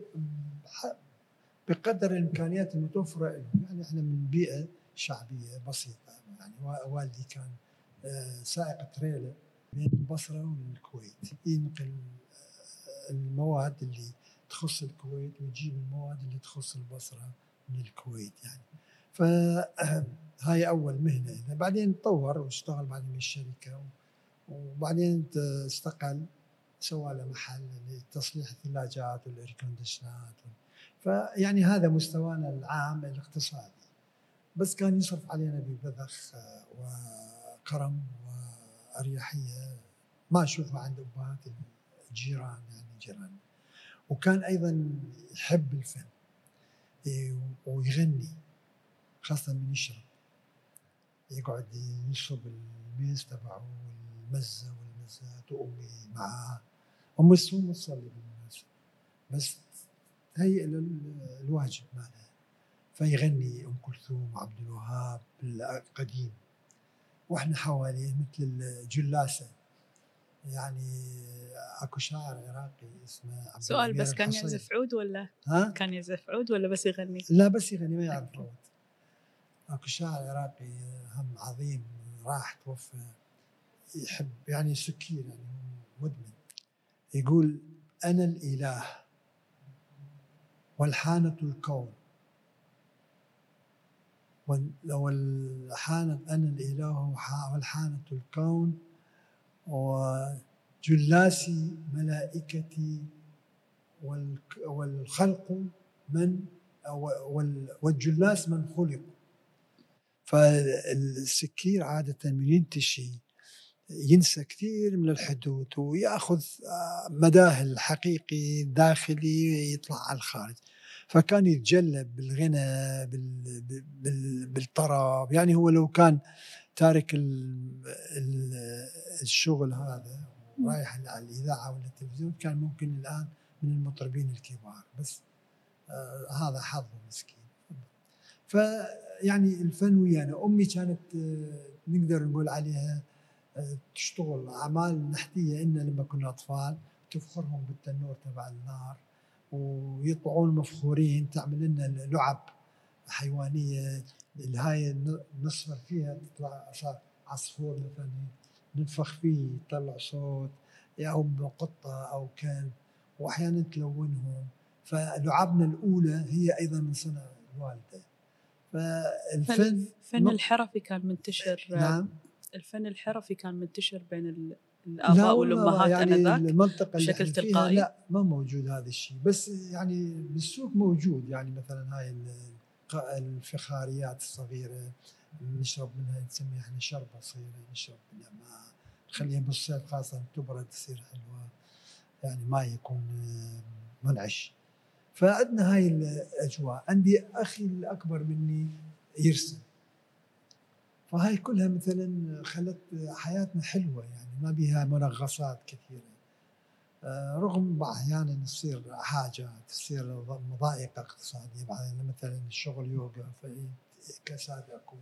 بقدر الإمكانيات المتوفرة لهم. يعني إحنا من بيئة شعبية بسيطة، يعني والدي كان سائق تريلر بين البصرة والكويت، ينقل المواد اللي تخص الكويت ويجيب المواد اللي تخص البصرة من الكويت يعني. فهاي أول مهنة. بعدين تطور واشتغل بعدين بالشركة، وبعدين استقل سوى له محل لتصليح الثلاجات والإيركونديشنات. فيعني هذا مستوانا العام الاقتصادي، بس كان يصرف علينا ببذخ وكرم وأريحية ما أشوفها عند أبهات الجيران يعني جيران. وكان أيضا يحب الفن ويغني، خاصة من يشرب يقعد يشرب الميز تبعه والمزة والمزات وأمي معاه. أمي السوم تصلي بالناس بس هي الواجب مالها، فيغني أم كلثوم وعبد الوهاب القديم، وإحنا حواليه مثل الجلاسة. يعني اكو شاعر عراقي اسمه عبد سؤال بس كان يعزف عود ولا ها؟ كان يعزف عود ولا بس يغني؟ لا بس يغني، ما يعرف عود. اكو شاعر عراقي هم عظيم راح توفى، يحب يعني سكير، يعني مدمن. يقول: أنا الإله والحانة الكون، والحانة أنا الإله والحانة الكون، وجلاسي ملائكتي والخلق من والجلاس من خلق. فالسكير عادة من ينتشي ينسى كثير من الحدود ويأخذ مداه الحقيقي داخلي يطلع على الخارج. فكان يتجلب بالغنى بالطرب. يعني هو لو كان تارك الشغل هذا رايح على الإذاعة ولا التلفزيون كان ممكن الآن من المطربين الكبار، بس آه هذا حظه مسكين. فيعني الفن ويانا. أمي كانت آه نقدر نقول عليها آه تشتغل أعمال نحتية. إن لما كنا أطفال تفخرهم بالتنور تبع النار ويطلعون مفخورين، تعمل لنا لعب حيوانية الهاي نصفر فيها تطلع عصفور مثلا ننفخ فيه يطلع صوت. أو بقطة أو كلب، وأحيانا تلونهم. فلعبنا الأولى هي أيضا من صنع الوالدة. فالفن الفن الحرفي كان منتشر. نعم، الفن الحرفي كان منتشر بين ال لا الآباء والله والأمهات يعني آنذاك المنطقة اللي بشكل احنا فيها تلقائي. لا ما موجود هذا الشيء، بس يعني بالسوق موجود. يعني مثلا هاي الفخاريات الصغيرة نشرب منها، نسميها احنا شربة صغيرة، نشرب منها ماء، نخليها بالصيف خاصة تبرد تصير حلوة، يعني ما يكون منعش. فعندنا هاي الأجواء. عندي أخي الأكبر مني يرسم، فهاي كلها مثلا خلت حياتنا حلوة، يعني ما بيها منغصات كثيرة. رغم أحيانا تصير حاجة، تصير مضايقة اقتصادية، بعدين مثلا الشغل يوقف كساد أكو.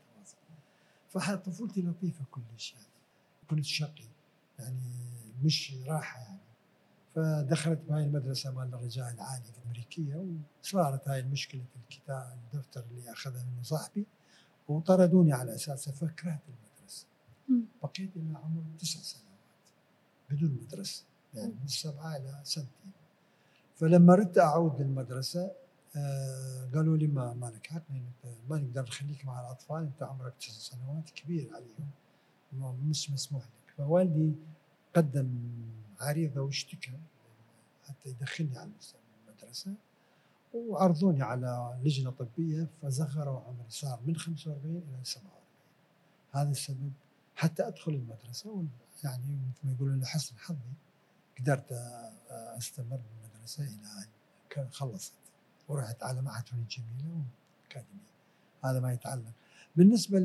فحياة طفولتي لطيفة كلش، يعني كنت شقي يعني مش راحة يعني. فدخلت بهاي المدرسة مال الرجاء العالي الأمريكية، وصارت هاي المشكلة الكتاب الدفتر اللي أخذها من صاحبي، وطردوني على أساسه، فكرهت المدرسة. بقيت إلى عمر تسع سنوات بدون مدرسة، يعني من سبعة إلى سنتين. فلما ردت أعود للمدرسة آه قالوا لي ما مالك حق، ما نقدر نخليك مع الأطفال، أنت عمرك تسع سنوات كبير عليهم، مش مسموح لك. فوالدي قدم عريضة واشتكى حتى يدخلني على المدرسة، وعرضوني على لجنة طبية، فزغروا عمري، صار من خمسة وأربعين إلى سبعة وأربعين. هذا السبب حتى أدخل المدرسة، يعني مثل ما يقولون لحسن حظي قدرت أستمر بالمدرسة إلى أن خلصت، ورحت على معهد فنون جميلة وأكاديمية. هذا ما يتعلق. بالنسبة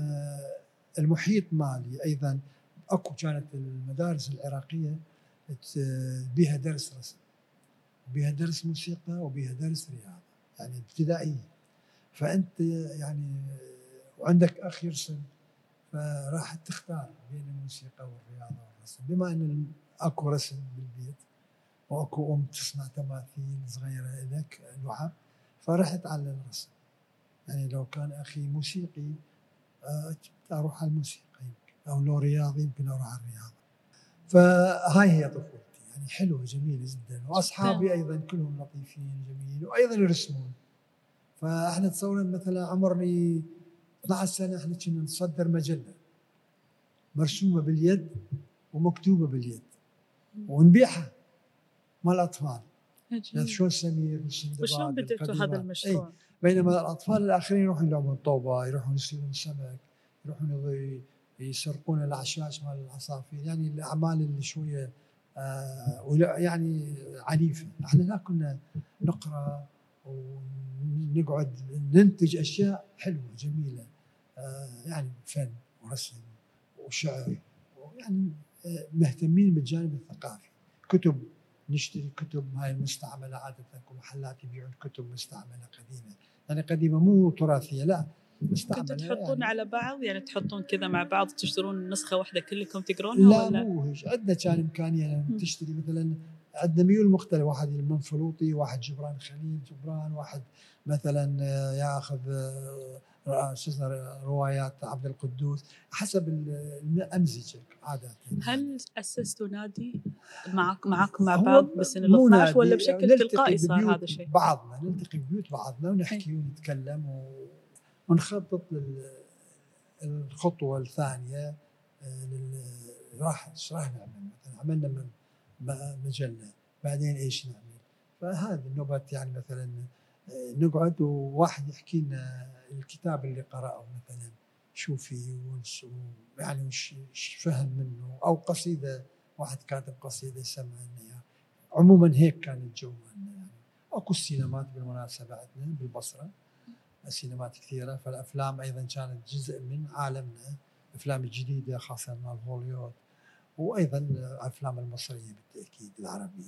للمحيط مالي أيضا أكو كانت المدارس العراقية بها درس رسم، وبها درس موسيقى، وبها درس رياضة، يعني ابتدائية. فأنت يعني وعندك أخ يرسم، فراح تختار بين الموسيقى والرياضة والرسم. بما أن أكو رسم بالبيت وأكو أم تصنع تماثيل صغيرة لك لعب، فرحت على الرسم. يعني لو كان أخي موسيقي أروح على الموسيقى يمكن، أو لو رياضي يمكن أروح على الرياضة. فهاي هي طفولتي، يعني حلوة جميلة جدا. وأصحابي أيضا كلهم لطيفين جميل، وأيضا يرسمون. فإحنا تصورنا مثلا عمرني اثنتي عشرة سنة، إحنا كنا نصدر مجلة مرسومة باليد ومكتوبة باليد ونبيعها مال الأطفال، يعني شلون سمير والسندباد. وشلون بديتوا هذا المشروع؟ أي. بينما الأطفال الآخرين يروحون يلعبون طوبة، يروحون يصيدون سمك، يروحون يسرقون الأعشاش مال العصافير، يعني الأعمال اللي شوية آه يعني عنيفة. احنا لا كنا نقرأ ونقعد ننتج أشياء حلوة جميلة، آه يعني فن ورسم وشعر، يعني آه مهتمين بالجانب الثقافي. كتب، نشتري كتب هاي المستعملة عادة، ومحلات يبيعون كتب مستعملة قديمة، يعني قديمة مو تراثية، لا مستعملة. كنتوا تحطون يعني على بعض، يعني تحطون كذا مع بعض تشترون نسخة واحدة كلكم تقرونها؟ لا ولا مو هيك. عندنا كان إمكانية تشتري مثلا، عندنا ميول مختلفة، واحد المنفلوطي، واحد جبران خليل جبران، واحد مثلا ياخذ شو اسمه روايات عبد القدوس، حسب الأمزجة عادة. هل أسستوا نادي معك معكم مع بعض بسنة ال اثنتي عشرة، ولا بشكل تلقائي صار هذا الشيء؟ بعضنا نلتقي ببيوت بعضنا ونحكي ونتكلم ونخطط للخطوة الثانية. راح ايش راح نعمل؟ مثلا عملنا مجلة، بعدين ايش نعمل؟ فهذه النوبات، يعني مثلا نقعد وواحد يحكي لنا الكتاب اللي قرأه مثلا شو فيه، يعني وش فهم منه، او قصيدة واحد كاتب قصيدة يسمعنا اياها. عموما هيك كان الجو عندنا. يعني اكو السينمات بالمناسبة عندنا بالبصرة، السينمات كثيرة، فالافلام ايضا كانت جزء من عالمنا، الافلام الجديدة خاصة مال هوليوود، وايضا الافلام المصرية بالتأكيد العربية.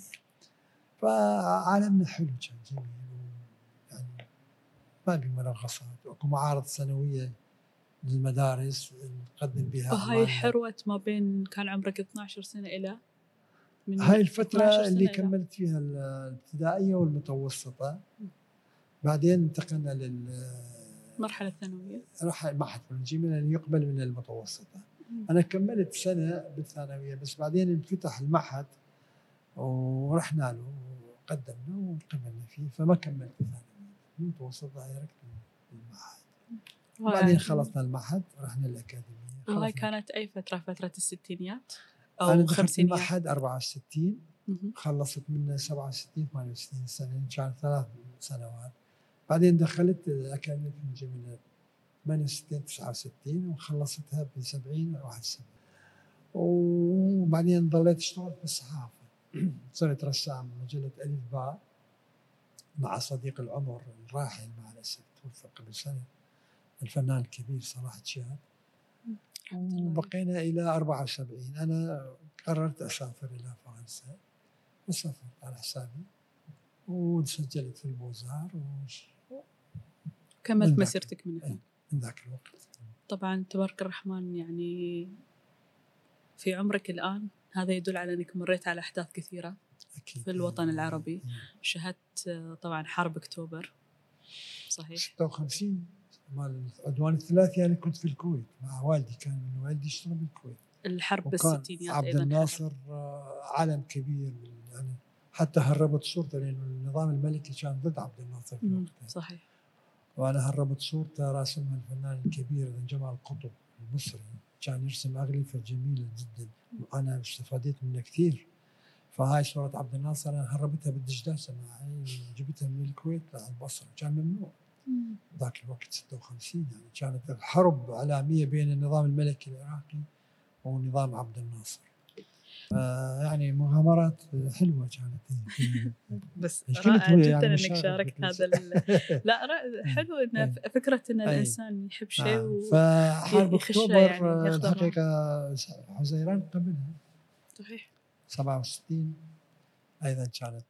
فعالمنا حلو كان جميل، يعني ما بي منغصات. واكو معارض سنوية للمدارس نقدم بها. وهاي حروت ما بين كان عمرك اثنتي عشرة سنة إلى من هاي الفترة اللي كملت فيها الابتدائية والمتوسطة. بعدين انتقلنا لل المرحلة الثانوية، راح معهد فنون جميلة اللي يقبل من المتوسطة. أنا كملت سنة بالثانوية، بس بعدين انفتح المعهد ورحنا له وقدمنا وقبلنا فيه، فما كملت الثانوية، متوسط دايركت المعهد. وبعدين خلصنا المعهد ورحنا الأكاديمية. وهاي كانت أي فترة؟ فترة الستينيات أو أنا دخلت المعهد أربعة وستين، خلصت منه سبعة وستين ثمانية وستين سنة، كان ثلاث سنوات. بعدين دخلت الأكاديمية الجميلة ثمانية وستين تسعة وستين وخلصتها ب سبعين واحد وسبعين. وبعدين ضليت اشتغل في الصحافة. صرت رسام مجلة ألف باء مع صديق العمر الراحل مع الأسف توفى قبل سنة، الفنان الكبير صلاح تشاب. وبقينا إلى أربعة وسبعين. أنا قررت أسافر إلى فرنسا، وسافرت على حسابي وسجلت في البوزار وكملت مسيرتك من هنا. من ذاك الوقت طبعا تبارك الرحمن، يعني في عمرك الآن هذا يدل على أنك مريت على أحداث كثيرة أكيد في الوطن العربي. شهدت طبعا حرب أكتوبر، صحيح؟ ستة وخمسين مال عدوان الثلاثي. يعني كنت في الكويت مع والدي، كان من والدي يشتغل بالكويت. الحرب بالستينيات عبد الناصر علم كبير، يعني حتى هربت صورته لأنه النظام الملكي كان ضد عبد الناصر في وقتها. صحيح. وأنا هربت صورته راسمها الفنان الكبير جمال قطب المصري، كان يرسم أغلفة جميلة جدا وأنا استفادت منه كثير. فهاي صورة عبد الناصر أنا هربتها بالدشداشة معي، جبتها من الكويت للبصرة، كان ممنوع ذاك الوقت ستة وخمسين. يعني كانت الحرب علامية بين النظام الملكي العراقي ونظام عبد الناصر. يعني مغامرات حلوة كانت. بس رائع جدا يعني انك شاركت هذا لا حلو ان فكرة ان الانسان يحب شيء وحرب اكتوبر يعني الحقيقة حزيران قبلها صحيح سبعة وستين ايضا كانت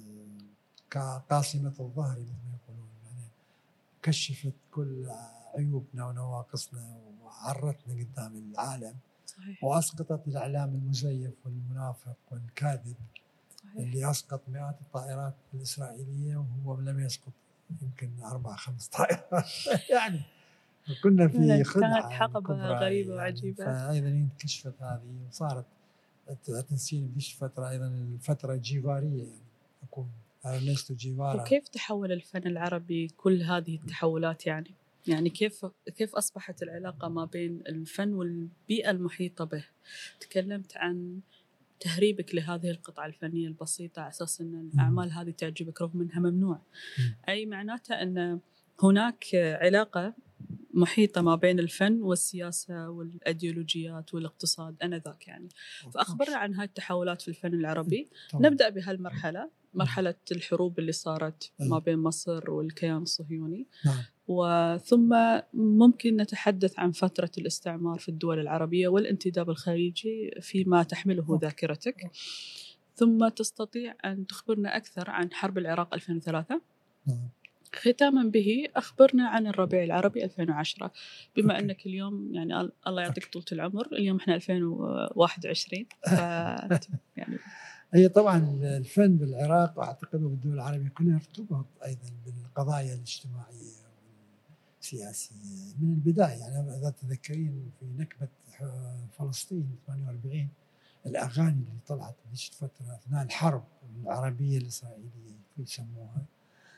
قاصمة الظهر مثل ما يقولون، يعني كشفت كل عيوبنا ونواقصنا وعرتنا قدام العالم. صحيح. وأسقطت الإعلام المزيف والمنافق والكاذب. صحيح. اللي أسقط مئات الطائرات الإسرائيلية وهو لم يسقط يمكن أربع خمس طائرات. يعني كنا في خدعة كانت حقبة غريبة يعني وعجيبة. فأيضا انكشفت هذه وصارت تنسين بديش فترة أيضا الفترة الجيفارية، يعني أكون أرنستو جيفارا. وكيف تحول الفن العربي كل هذه التحولات؟ يعني يعني كيف كيف أصبحت العلاقة ما بين الفن والبيئة المحيطة به؟ تكلمت عن تهريبك لهذه القطعة الفنية البسيطة على أساس أن الأعمال هذه تعجبك رغم أنها ممنوع. أي معناته أن هناك علاقة محيطة ما بين الفن والسياسة والأيديولوجيات والاقتصاد أنذاك يعني. فأخبرنا عن هاي التحولات في الفن العربي. طبعا. نبدأ بهالمرحلة، مرحلة الحروب اللي صارت ما بين مصر والكيان الصهيوني. نعم. وثم ممكن نتحدث عن فترة الاستعمار في الدول العربية والانتداب الخليجي فيما تحمله ذاكرتك. ثم تستطيع أن تخبرنا أكثر عن حرب العراق ألفين وثلاثة. نعم. ختاما به أخبرنا عن الربيع العربي ألفين وعشرة، بما أوكي. أنك اليوم يعني الله يعطيك طولة العمر، اليوم إحنا ألفين وواحد وعشرين. ف يعني هي طبعا الفن بالعراق وأعتقد بالدول العربية كلها ارتبط أيضا بالقضايا الاجتماعية والسياسية من البداية. يعني إذا تذكرين في نكبة فلسطين ثمانية وأربعين الأغاني اللي طلعت بهذه الفترة أثناء الحرب العربية الإسرائيلية يسموها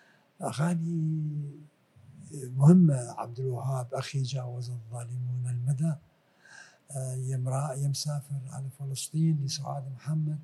أغاني مهمة. عبد الوهاب أخي جاوز الظالمون المدى، يمرأ يمسافر على فلسطين لسعاد محمد،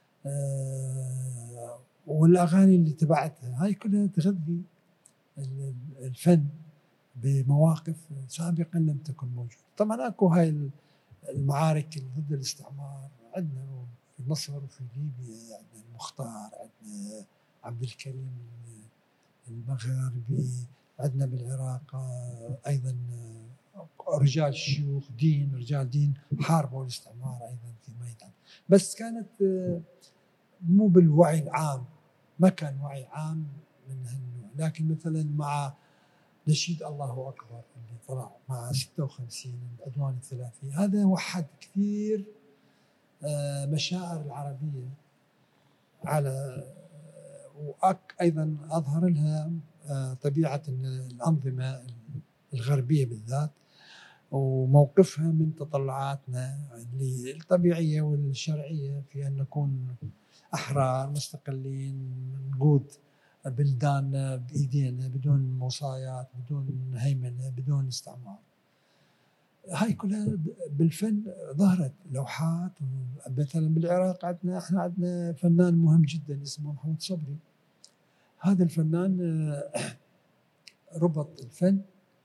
والأغاني اللي تبعتها هاي كلها تغذي الفن بمواقف سابقا لم تكن موجودة. طبعا أكو هاي المعارك ضد الاستعمار عندنا في مصر وفي ليبيا، عندنا المختار، عندنا عبد الكريم المغربي، عندنا بالعراق أيضا رجال شيوخ دين رجال دين حاربوا الاستعمار أيضا في ميدان، بس كانت مو بالوعي العام، ما كان وعي عام من هالنوع. لكن مثلا مع نشيد الله أكبر اللي طلع مع ستة وخمسين العدوان الثلاثي، هذا وحد كثير مشاعر العربية على وأيضا أظهر لها طبيعة الأنظمة الغربية بالذات وموقفها من تطلعاتنا الطبيعية والشرعية في أن نكون أحرار مستقلين، نقود بلداننا بإيدينا بدون موصايات، بدون هيمنة، بدون استعمار. هاي كلها بالفن ظهرت لوحات. مثلا بالعراق عندنا احنا عندنا فنان مهم جدا اسمه محمود صبري. هذا الفنان ربط الفن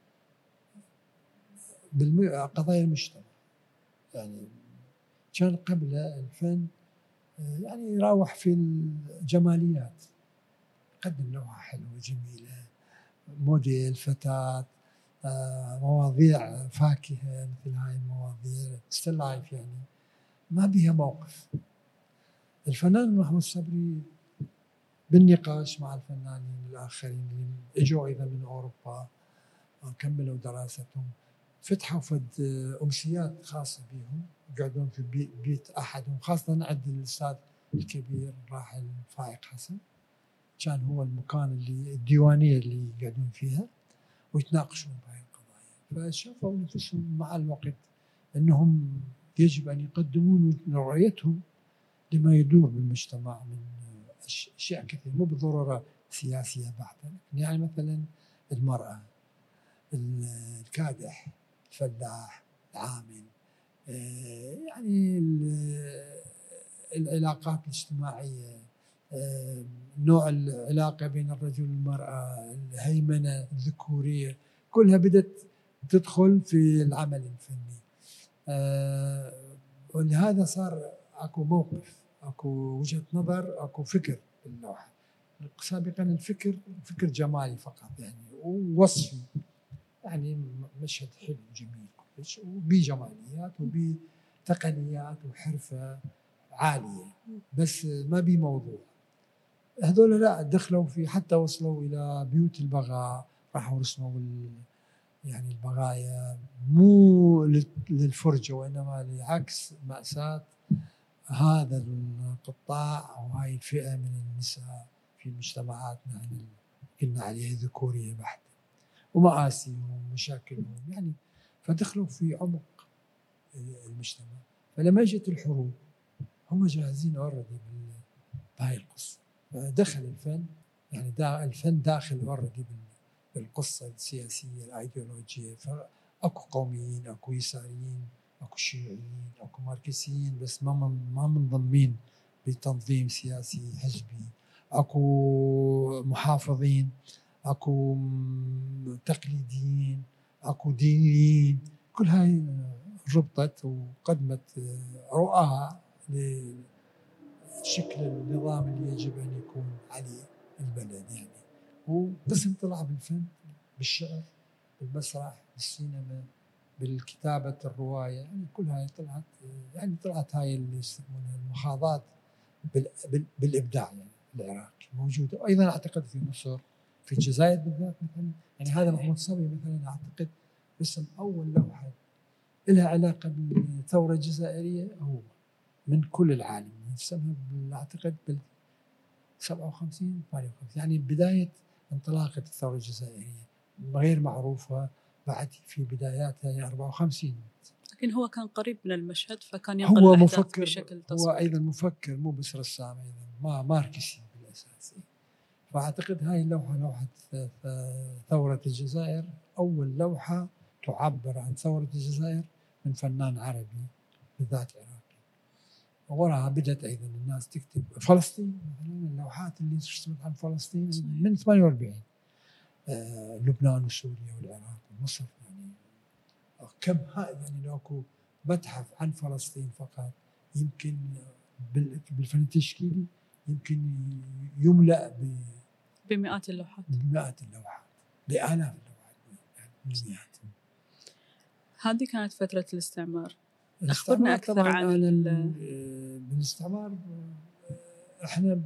بقضايا المجتمع. يعني كان قبل الفن يعني يراوح في الجماليات، قدم لوحة حلوة جميلة، موديل، فتاة، مواضيع فاكهة مثل هاي المواضيع ستيل لايف، يعني ما بيها موقف. الفنان محمود صبري بالنقاش مع الفنانين الآخرين اللي اجوا أيضا من أوروبا كملوا دراستهم، فتحوا فد أمسيات خاصة بهم، يقعدون في بيت أحدهم، خاصة عند الأستاذ الكبير الراحل فائق حسن، كان هو المكان اللي الديوانية اللي يقعدون فيها ويتناقشون بهاي القضايا. فشافوا نفسهم مع الوقت أنهم يجب أن يقدمون رؤيتهم لما يدور بالمجتمع من أشياء كثيرة، مو بالضرورة سياسية بحتة. يعني مثلا المرأة، الكادح، الفلاح، العامل، يعني العلاقات الاجتماعية، نوع العلاقة بين الرجل والمرأة، الهيمنة الذكورية، كلها بدت تدخل في العمل الفني. ولهذا صار اكو موقف، اكو وجهة نظر، اكو فكر باللوحة. سابقا الفكر فكر جمالي فقط يعني ووصفي، يعني مشهد حلو جميل كلش وبجماليات وبتقنيات وحرفة عالية، بس ما بي موضوع. هذول لا دخلوا في، حتى وصلوا إلى بيوت البغاء، راحوا رسموا يعني البغايا مو للفرجة وإنما لعكس مأساة هذا القطاع أو هاي الفئة من النساء في مجتمعاتنا اللي قلنا عليها ذكورية بحتة، ومآسيهم ومشاكلهم يعني. فدخلوا في عمق المجتمع. فلما جت الحروب هم جاهزين أوردي بهاي القصة، فدخل الفن، يعني دا الفن داخل أوردي بالقصة السياسية الأيديولوجية. فأكو قوميين، أكو يساريين، أكو شيوعيين، أكو ماركسيين، بس ما من ما منضمين بتنظيم سياسي حزبي، أكو محافظين، أكو تقليديين، أكو دينيين. كل هاي ربطت وقدمت رؤى لشكل النظام اللي يجب أن يكون عليه البلد يعني. وقسم طلع بالفن، بالشعر، بالمسرح، بالسينما، بالكتابة، الرواية، يعني كل هاي طلعت، يعني طلعت هاي اللي يسمونها المخاضات بالإبداع يعني العراقي موجودة. وأيضا أعتقد في مصر، في الجزائر بالذات مثلا. يعني هذا محمود صبري مثلا أعتقد رسم أول لوحة لها علاقة بالثورة الجزائرية هو من كل العالم، رسمها أعتقد بال سبعة وخمسين ثمانية وخمسين، يعني بداية انطلاقة الثورة الجزائرية غير معروفة بعد في بداياتها يعني أربعة وخمسين. لكن هو كان قريب من المشهد فكان ينقل هو الأحداث مفكر، بشكل تصويري. هو أيضا مفكر مو بس رسام، أيضا ما ماركسي بالأساس. فأعتقد هاي اللوحة لوحة ثورة الجزائر أول لوحة تعبر عن ثورة الجزائر من فنان عربي بالذات عراقي. وراها بدأت أيضا الناس تكتب فلسطين مثلا، اللوحات اللي رسمت عن فلسطين من ثمانية وأربعين، آه، لبنان وسوريا والعراق ومصر. يعني كم هائل، يعني لو اكو متحف عن فلسطين فقط يمكن بالفن التشكيلي يمكن يملأ بمئات اللوحات، بمئات اللوحات، بآلاف اللوحات، يعني مئات. هذه كانت فترة الاستعمار. الاستعمار أخبرنا أكثر طبعاً عن أنا بالاستعمار احنا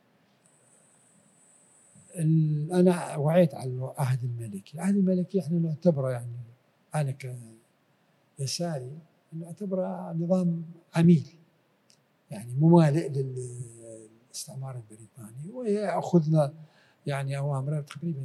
أنا وعيت على العهد الملكي. العهد الملكي احنا نعتبره، يعني أنا كيساري نعتبره نظام عميل، يعني ممالئ للاستعمار البريطاني، ويأخذنا يعني أوامر تقريبا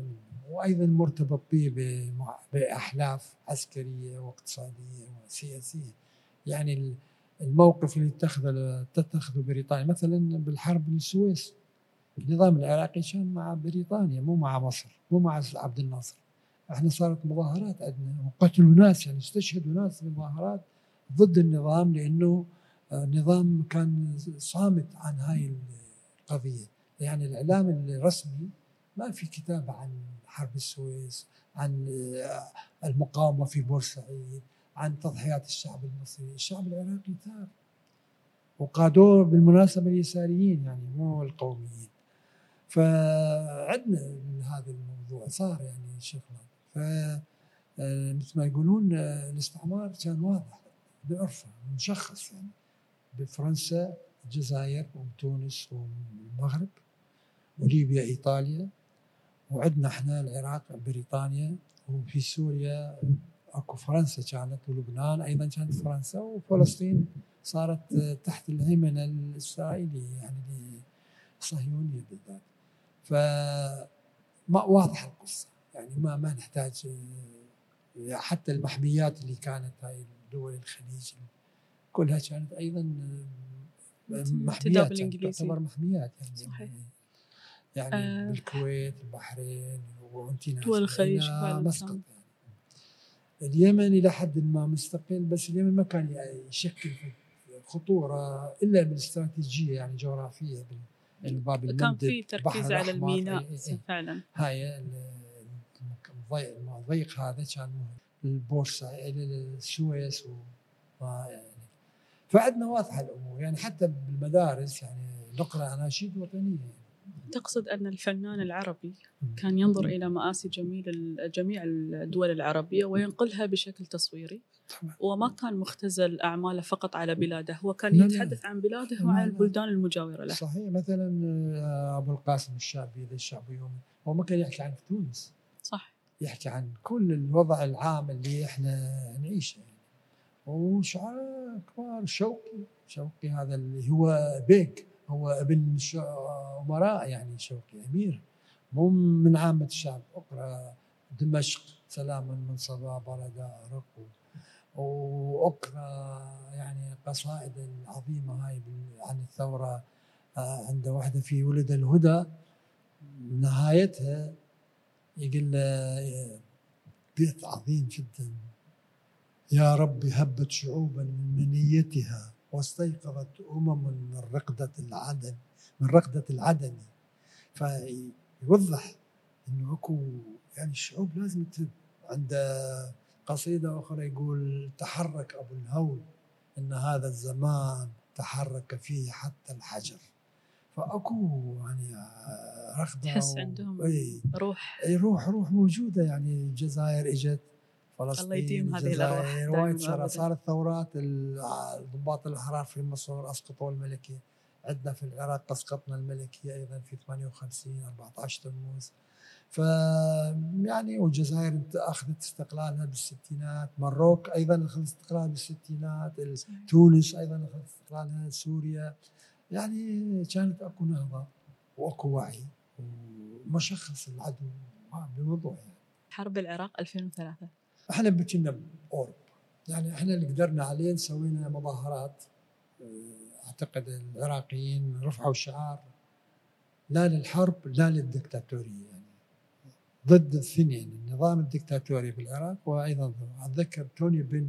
وأيضا مرتبط به بأحلاف عسكرية واقتصادية وسياسية. يعني الموقف اللي اتخذه تتخذه بريطانيا مثلا بالحرب السويس، النظام العراقي كان مع بريطانيا مو مع مصر مو مع عبد الناصر. احنا صارت مظاهرات عندنا وقتلوا ناس، يعني استشهدوا ناس في مظاهرات ضد النظام، لأنه النظام كان صامت عن هاي القضية. يعني الإعلام الرسمي ما في كتابة عن حرب السويس، عن المقاومة في بورسعيد، عن تضحيات الشعب المصري. الشعب العراقي ثار وقادوه بالمناسبة اليساريين يعني مو القوميين. فعندنا من هذا الموضوع صار يعني شغلة. فمثل ما يقولون الاستعمار كان واضح بعرفه مشخص، يعني بفرنسا الجزائر وتونس والمغرب وليبيا إيطاليا، وعندنا احنا العراق بريطانيا، وفي سوريا اكو فرنسا كانت، ولبنان ايضا كانت فرنسا، وفلسطين صارت تحت الهيمنه الاسرائيليه يعني الصهيونيه بالذات. ف ما واضح القصه، يعني ما ما نحتاج حتى المحميات اللي كانت هاي دول الخليج كلها كانت ايضا محميات، يعني تعتبر محميات يعني صحيح. يعني آه بالكويت البحرين وانتي دول الخليج مسقط. يعني اليمن الى حد ما مستقل، بس اليمن ما كان يشكل خطوره الا بالاستراتيجيه يعني جغرافيه، بالباب المندب كان في تركيز على الميناء فعلا. هاي الضيق هذا كان مهم، البورصه الى السويس و يعني فعندنا واضحه الامور. يعني حتى بالمدارس يعني نقرا اناشيد وطنيه. تقصد أن الفنان العربي كان ينظر إلى مآسي جميل جميع الدول العربية وينقلها بشكل تصويري، وما كان مختزل أعماله فقط على بلاده، هو كان يتحدث عن بلاده وعن البلدان المجاورة له. صحيح. مثلا أبو القاسم الشابي ذا الشعب يومي هو ما كان يحكي عن تونس، صح، يحكي عن كل الوضع العام اللي احنا نعيشه. وشعراء كبار، شوقي شوقي هذا اللي هو بيك، هو ابن أمراء يعني، شوقي أمير مو من عامة الشعب. أقرأ دمشق سلاما من صبا برد أرق، وأقرأ يعني قصائد العظيمة هاي عن الثورة. عند واحدة في ولد الهدى نهايتها يقول بيت عظيم جدا: يا رب هبت شعوبا من منيتها واستيقظت أمم من رقدة العدن من رقدة العدن. فيوضح إنه أكو يعني الشعوب لازم تب. عند قصيدة أخرى يقول: تحرك أبو الهول إن هذا الزمان تحرك فيه حتى الحجر. فأكو يعني رقدة، تحس عندهم ايه روح اي روح روح موجودة. يعني الجزائر إجت، فلسطين، الجزائر، وايد صارت ثورات. الضباط الأحرار في مصر أسقطوا الملكية، عندنا في العراق أسقطنا الملكية أيضا في ثمانية وخمسين أربعة عشر تموز. ف يعني والجزائر أخذت استقلالها بالستينات، مروك أيضا أخذت استقلالها بالستينات، تونس أيضا أخذت استقلالها، سوريا. يعني كانت أكو نهضة وأكو وعي ومشخص العدو بوضوح. يعني حرب العراق ألفين وثلاثة احنا بكنا بأوروبا، يعني احنا اللي قدرنا عليه سوينا مظاهرات. اعتقد العراقيين رفعوا شعار لا للحرب لا للدكتاتورية، يعني ضد الاثنين، النظام الدكتاتوري بالعراق وايضا اتذكر توني بن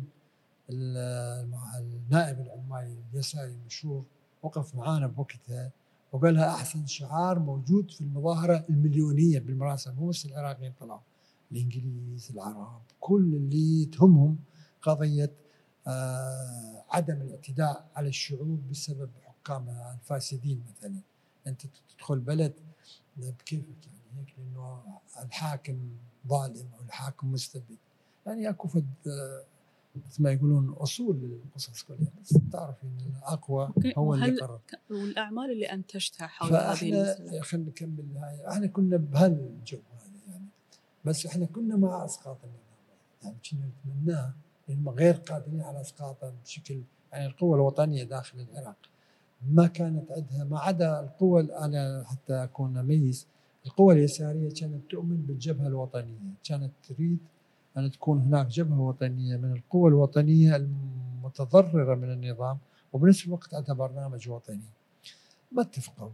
النائب العمالي اليساري المشهور وقف معانا بوقتها وقالها احسن شعار موجود في المظاهرة المليونية بالمناسبة، مو بس العراقيين طلعوا، الإنجليز، العرب، كل اللي تهمهم قضية آه عدم الاعتداء على الشعوب بسبب حكامها الفاسدين. مثلا أنت تدخل بلد بكيفك يعني هيك، لأنه الحاكم ظالم أو الحاكم مستبد، يعني أكو فد آه مثل ما يقولون أصول للقصص كلها، بس تعرف إن الأقوى هو اللي قرر. والأعمال اللي أنتجتها حول هذه المسألة، خلينا نكمل هاي. إحنا كنا بهالجو هذا يعني، بس احنا كنا مع اسقاط النظام، يعني كنا نتمناه لانهم غير قادرين على اسقاطه بشكل، يعني القوى الوطنيه داخل العراق ما كانت عندها، ما عدا القوى. انا حتى اكون اميز القوى اليسارية كانت تؤمن بالجبهة الوطنية، كانت تريد أن تكون هناك جبهة وطنية من القوى الوطنية المتضررة من النظام، وبنفس الوقت عندها برنامج وطني. ما اتفقوا،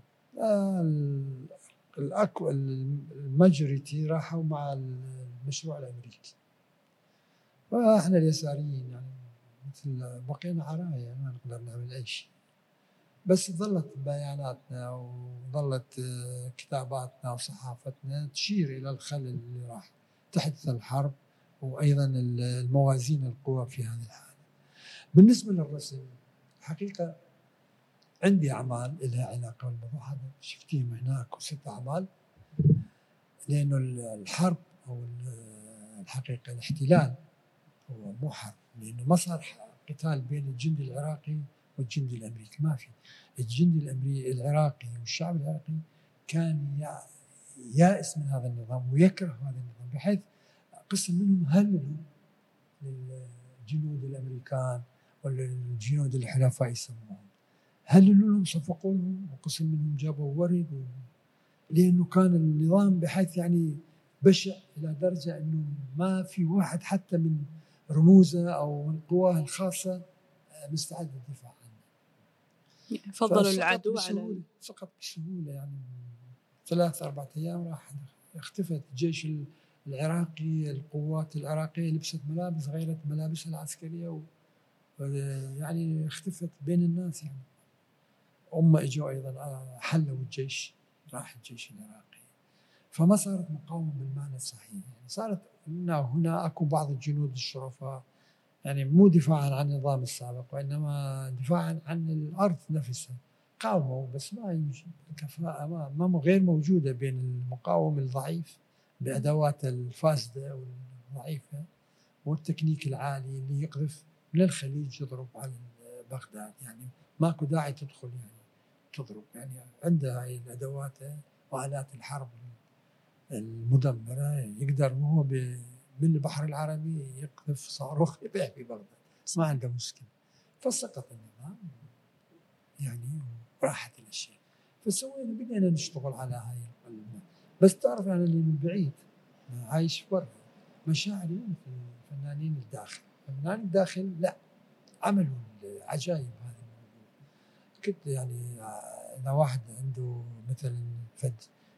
الماجوريتي راحوا مع المشروع الأمريكي، فإحنا اليساريين يعني مثل بقينا عرايا ما نقدر نعمل أي شيء. بس ظلت بياناتنا وظلت كتاباتنا وصحافتنا تشير إلى الخلل اللي راح تحدث الحرب، وأيضا الموازين القوى في هذه الحالة. بالنسبة للرسم حقيقة عندي أعمال لها علاقة بالموضوع هذا، شفتيهم هناك وست أعمال، لأنه الحرب أو الحقيقة الاحتلال هو مو حرب، لأنه ما صار قتال بين الجندي العراقي والجندي الأمريكي، ما في. الجندي الأمريكي العراقي والشعب العراقي كان يائس من هذا النظام ويكره هذا النظام، بحيث قسم منهم هللوا للجنود الأمريكان ولا الجنود الحلفاء يسموهم، هللوا لهم صفقوا لهم، وقسم منهم جابوا ورد و... لأنه كان النظام بحيث يعني بشع إلى درجة أنه ما في واحد حتى من رموزه أو من قواه الخاصة مستعد للدفاع عنه. فضلوا العدو على سقط بسهولة، يعني ثلاث أربعة أيام راح اختفت. الجيش العراقي، القوات العراقية لبست ملابس غيرت ملابسها العسكرية و... يعني اختفت بين الناس. يعني هم اجوا أيضا حلوا الجيش، راح الجيش العراقي، فما صارت مقاومة بالمعنى الصحيح. يعني صارت هنا هنا أكو بعض الجنود الشرفاء، يعني مو دفاعا عن النظام السابق وإنما دفاعا عن الأرض نفسها، قاوموا بس ما يمشي الكفاءة ما, ما غير موجودة بين المقاوم الضعيف بأدوات الفاسدة والضعيفة والتكنيك العالي اللي يقذف من الخليج يضرب على بغداد. يعني ماكو داعي تدخل يعني تضرب، يعني عندها هاي الأدوات وآلات الحرب المدمرة، يقدر هو من البحر العربي يقذف صاروخ يبيع في بغداد، ما عنده مشكلة. فسقط النظام يعني وراحت الأشياء، فسوينا بدينا نشتغل على هاي القلب. بس تعرف أنا اللي من بعيد عايش برا، مشاعري مثل الفنانين الداخل، الفنانين الداخل لا عملوا العجائب هذا الموضوع. كنت يعني إذا واحد عنده مثلا فد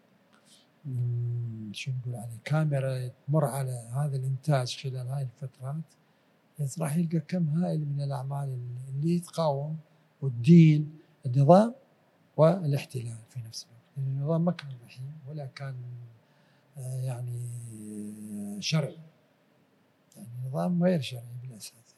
شو نقول عليه كاميرا تمر على هذا الإنتاج خلال هاي الفترات، راح يلقى كم هائل من الأعمال اللي تقاوم والدين النظام والاحتلال في نفس الوقت. يعني النظام ما كان رحيم ولا كان يعني شرعي، يعني نظام غير شرعي بالأساس.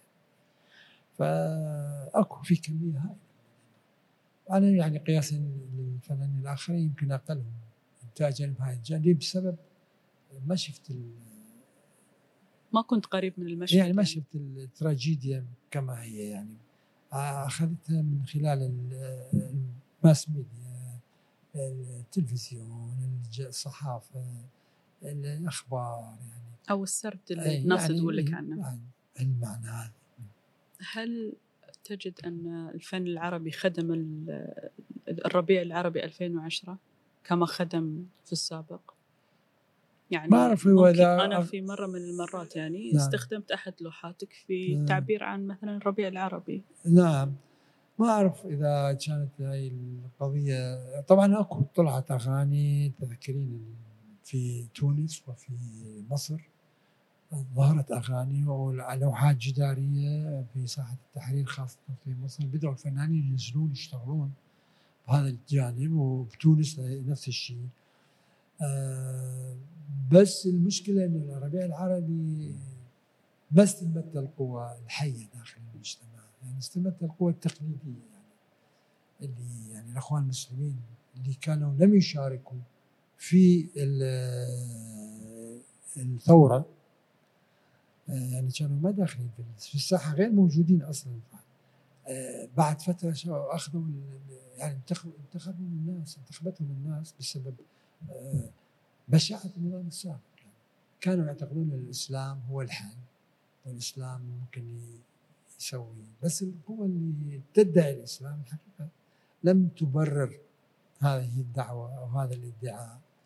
فأكو في كمية هائلة. أنا يعني قياسا للفنانين الآخرين يمكن أقلهم إنتاجا بهاي الجانب بسبب ما شفت ما كنت قريب من المشهد، يعني ما يعني. شفت التراجيديا كما هي، يعني أخذتها من خلال الماس ميديا، التلفزيون، الصحافة، الأخبار، يعني أو السرد اللي الناس يعني تقول لك عنه. يعني المعنى هذا. هل تجد أن الفن العربي خدم الربيع العربي ألفين وعشرة كما خدم في السابق؟ يعني ما أعرف هو إذا أنا في مرة من المرات يعني نعم. استخدمت أحد لوحاتك في نعم. تعبير عن مثلا الربيع العربي. نعم، ما أعرف إذا كانت هاي القضية. طبعا أكو طلعت أغاني تذكرين في تونس وفي مصر، ظهرت أغاني ولوحات جدارية في ساحة التحرير خاصة في مصر، بدأوا الفنانين ينزلون يشتغلون بهذا الجانب، وبتونس نفس الشيء. آه بس المشكلة أن الربيع العربي ما استمت القوى الحية داخل المجتمع، يعني استمت القوى التقليدية، يعني اللي يعني الأخوان المسلمين اللي كانوا لم يشاركوا في الثورة، يعني كانوا ما داخلين في الساحة، غير موجودين أصلا. بعد فترة أخذوا يعني انتخبوا الناس انتخبتهم الناس بسبب بشاعة النظام السابق. يعني كانوا يعتقدون أن الإسلام هو الحل والإسلام ممكن يسوي، بس القوى اللي تدعي الإسلام الحقيقة لم تبرر هذه الدعوة أو هذا الادعاء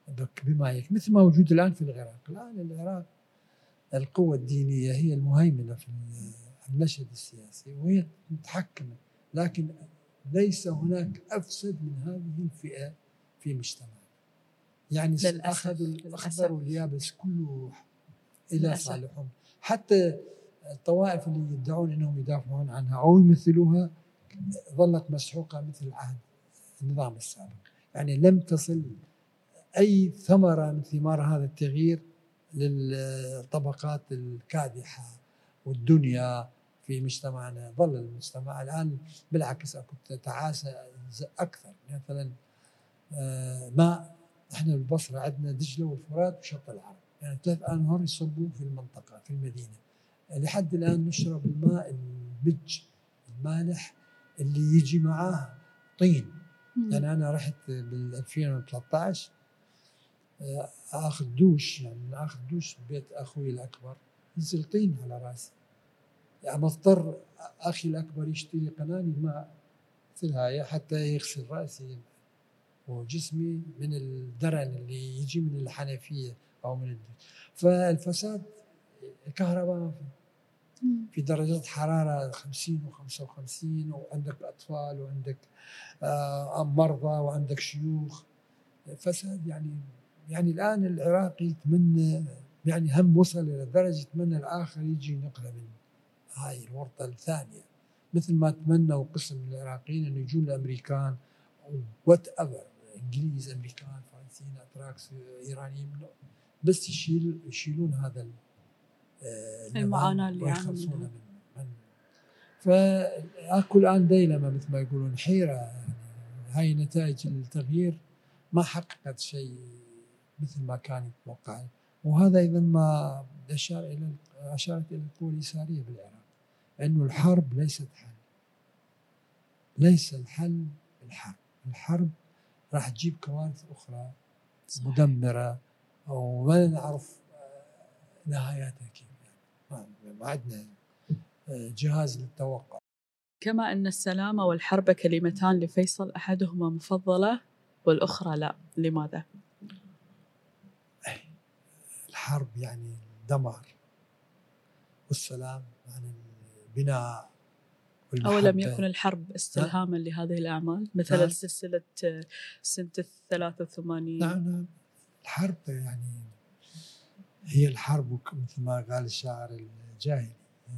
بما يك مثل ما موجود الآن في العراق. الآن العراق القوة الدينية هي المهيمنة في المشهد السياسي وهي متحكمة، لكن ليس هناك أفسد من هذه الفئة في مجتمعنا. يعني أخذوا الأخضر واليابس كله إلى صالحهم. حتى الطوائف اللي يدعون أنهم يدافعون عنها أو يمثلوها ظلت مسحوقة مثل العهد النظام السابق. يعني لم تصل أي ثمرة من ثمار هذا التغيير للطبقات الكادحة والدنيا في مجتمعنا. ظل المجتمع الآن بالعكس أكو تعاسة أكثر. مثلا ما إحنا بالبصرة عندنا دجلة والفرات وشط العرب، يعني ثلاث أنهار يصبوا في المنطقة في المدينة. لحد الآن نشرب الماء البج المالح اللي يجي معاه طين. يعني أنا رحت بال ألفين وثلاثة عشر آخذ دوش، يعني آخذ دوش ببيت أخوي الأكبر، ينزل طين على راسي. يعني مضطر أخي الأكبر يشتري قناني ماء مثل هاي حتى يغسل رأسي وجسمي من الدرن اللي يجي من الحنفية أو من الدوش. فالفساد الكهرباء ما في في درجات حرارة خمسين وخمسة وخمسين، وعندك أطفال وعندك آه مرضى وعندك شيوخ. فساد يعني يعني الآن العراقي يتمنى، يعني هم وصل إلى درجة يتمنى الآخر يجي نقله من هاي الورطة الثانية، مثل ما تمنوا قسم من العراقيين أن يجون الأمريكان وات أفر، إنجليز أمريكان فرنسيين أتراك إيرانيين، بس يشيل يشيلون هذا المعاناة اللي يخلصون منه. من فأكو الآن ديلما مثل ما يقولون حيرة. يعني هاي نتائج التغيير ما حققت شيء مثل ما كان يتوقع. وهذا أيضا ما أشار إلى أشارت إلى القوى اليسارية بالعراق، أنه الحرب ليست حل، ليس الحل الحرب. الحرب راح تجيب كوارث أخرى مدمرة وما نعرف نهاياتها كيف. يعني ما عندنا جهاز للتوقع. كما أن السلام والحرب كلمتان لفيصل أحدهما مفضلة والأخرى لا، لماذا؟ الحرب يعني الدمار والسلام يعني البناء والمحبة. أولم يكن الحرب استلهاما ها؟ لهذه الأعمال مثل نعم. سلسلة سنة الثلاثة وثمانين. نعم نعم. الحرب يعني هي الحرب مثل ما قال الشاعر الجاهلي.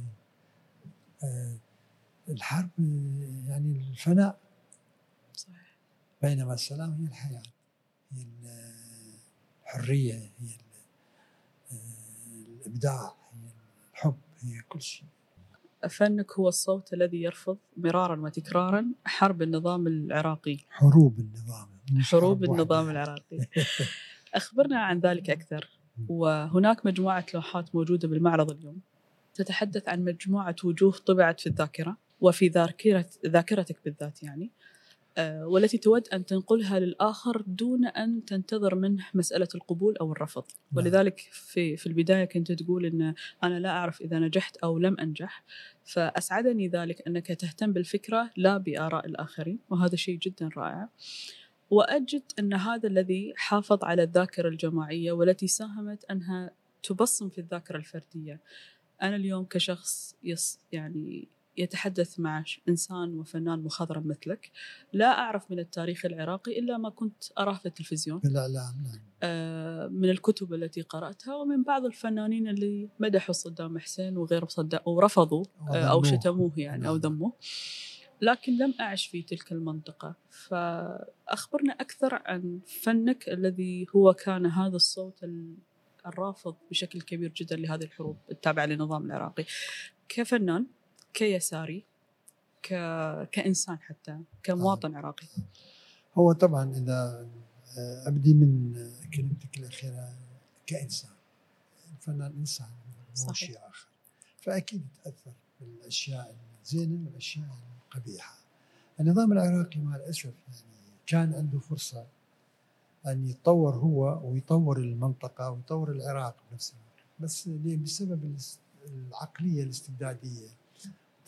الحرب يعني الفناء صحيح. بينما السلام هي الحياة، هي الحرية، هي الإبداع، هي الحب، هي كل شيء. فنك هو الصوت الذي يرفض مرارا وتكرارا حرب النظام العراقي. حروب النظام حروب النظام العراقي. أخبرنا عن ذلك أكثر. وهناك مجموعة لوحات موجودة بالمعرض اليوم تتحدث عن مجموعة وجوه طبعت في الذاكرة وفي ذاكرة ذاكرتك بالذات يعني، والتي تود أن تنقلها للآخر دون أن تنتظر منه مسألة القبول أو الرفض. ولذلك في في البداية كنت تقول أن أنا لا أعرف إذا نجحت أو لم أنجح، فأسعدني ذلك أنك تهتم بالفكرة لا بآراء الآخرين، وهذا شيء جدا رائع. وأجد أن هذا الذي حافظ على الذاكرة الجماعية والتي ساهمت أنها تبصم في الذاكرة الفردية. أنا اليوم كشخص يص يعني يتحدث مع إنسان وفنان مخضرم مثلك، لا أعرف من التاريخ العراقي إلا ما كنت أراه في التلفزيون بالإعلام، آه من الكتب التي قرأتها ومن بعض الفنانين اللي مدحوا صدام حسين وغير صدام ورفضوا آه أو شتموه يعني أو ذموه، لكن لم أعش في تلك المنطقة. فأخبرنا أكثر عن فنك الذي هو كان هذا الصوت الرافض بشكل كبير جدا لهذه الحروب التابعة للنظام العراقي، كفنان، كيساري، ك... كإنسان، حتى كمواطن عراقي. هو طبعا إذا أبدي من كلمتك الأخيرة كإنسان، فنان إنسان مو شيء آخر، فأكيد تأثر بالأشياء الزينة والأشياء القبيحة. النظام العراقي مع الأسف يعني كان عنده فرصة أن يتطور هو ويطور المنطقة ويطور العراق بنفس الوقت، بس بسبب العقلية الاستبدادية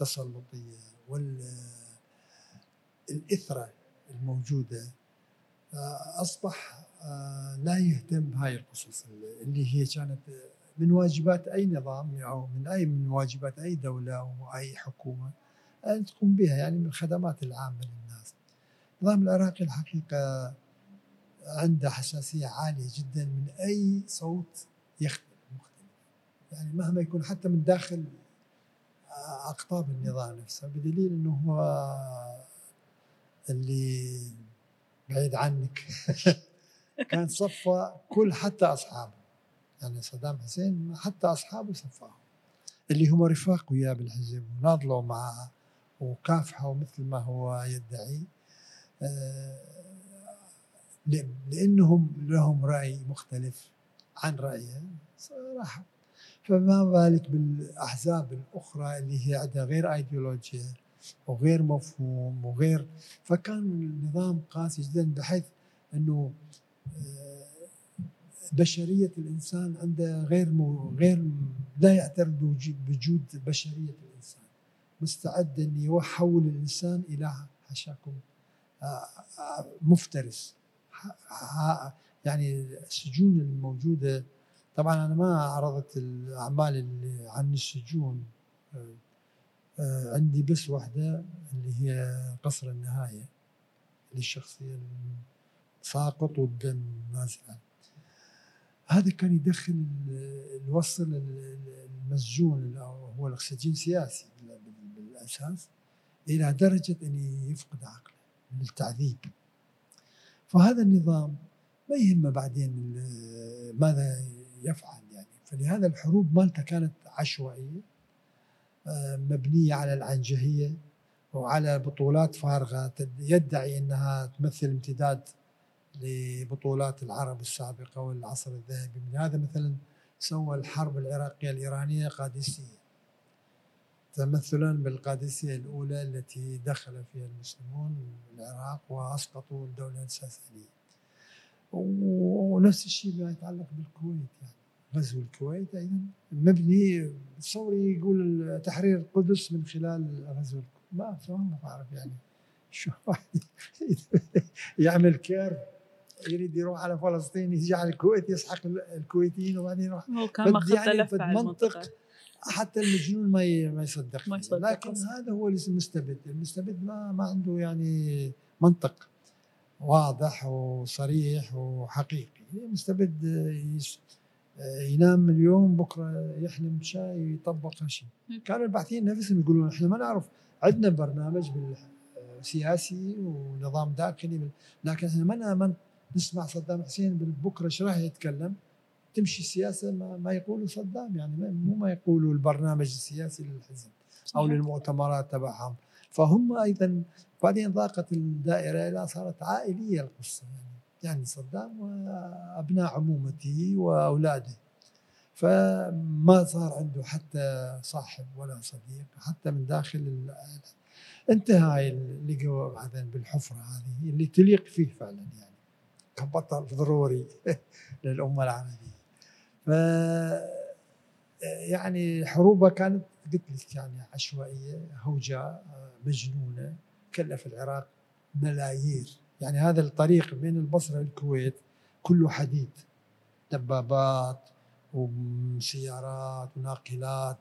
التسلطية والإثرة الموجودة أصبح لا يهتم بهاي القصص اللي هي كانت من واجبات أي نظام أو من أي من واجبات أي دولة أو أي حكومة أن تقوم بها، يعني من الخدمات العامة للناس. النظام العراقي الحقيقة عنده حساسية عالية جدا من أي صوت يختلف مختلف، يعني مهما يكون حتى من داخل أقطاب النظام نفسه، بدليل أنه هو اللي بعيد عنك كان صفى كل حتى أصحابه، يعني صدام حسين حتى أصحابه صفاهم اللي هم رفاق وياه بالحزب وناضلوا معه وكافحوا مثل ما هو يدعي، لأنهم لهم رأي مختلف عن رأيه صراحة. فما بالك بالأحزاب الأخرى اللي هي عندها غير أيديولوجيا وغير مفهوم وغير، فكان النظام قاسي جدا بحيث أنه بشرية الإنسان عنده غير مو غير لا يعترف بوجود بشرية الإنسان، مستعد أن يحول الإنسان إلى حشاكم مفترس. يعني السجون الموجودة، طبعا أنا ما عرضت الأعمال اللي عن السجون، عندي بس واحدة اللي هي قصر النهاية للشخصية ساقط والدم نازل. هذا كان يدخل الوصل المسجون هو السجين سياسي بالأساس إلى درجة أن يفقد عقله من التعذيب. فهذا النظام ما يهمه بعدين ماذا يفعل يعني. فلهذا الحروب مالته كانت عشوائية مبنية على العنجهية وعلى بطولات فارغة يدعي أنها تمثل امتداد لبطولات العرب السابقة والعصر الذهبي. من هذا مثلا سوى الحرب العراقية الإيرانية قادسية تمثلا بالقادسية الأولى التي دخل فيها المسلمون العراق وأسقطوا الدولة الساسانية. ونفس الشيء ما يتعلق بالكويت، يعني غزو الكويت أيضا مبني تصوري يقول تحرير القدس من خلال غزو الكويت. ما فهم بعرف يعني شو يعمل كيرف يريد يروح على فلسطين يجي على الكويت يسحق الكويتيين وبعدين يروح. هو كان ماخذ يعني لفة على المنطقة حتى المجنون ما ما يصدق, ما يصدق. لكن قصد. هذا هو المستبد. المستبد ما ما عنده يعني منطق واضح وصريح وحقيقي. المستبد ينام اليوم بكره يحلم شيء يطبق شيء. كانوا الباحثين نفسهم يقولون احنا ما نعرف، عندنا برنامج سياسي ونظام داخلي، لكن احنا ما ما نسمع صدام حسين بكره ايش راح يتكلم، تمشي السياسه ما, ما يقولوا صدام، يعني مو ما يقولوا البرنامج السياسي للحزب او للمؤتمرات تبعهم. فهم ايضا بعدين ضاقت الدائره الى صارت عائليه القصه، يعني يعني صدام وابناء عمومته واولاده، فما صار عنده حتى صاحب ولا صديق حتى من داخل العائله. انتهى اللي بعدين بالحفره هذه اللي تليق فيه فعلا، يعني كبطل ضروري للامه العربيه. ف يعني حروبها كانت قلت لك يعني عشوائيه هوجاء مجنونه، كلف العراق ملايير. يعني هذا الطريق بين البصره والكويت كله حديد، دبابات وسيارات وناقلات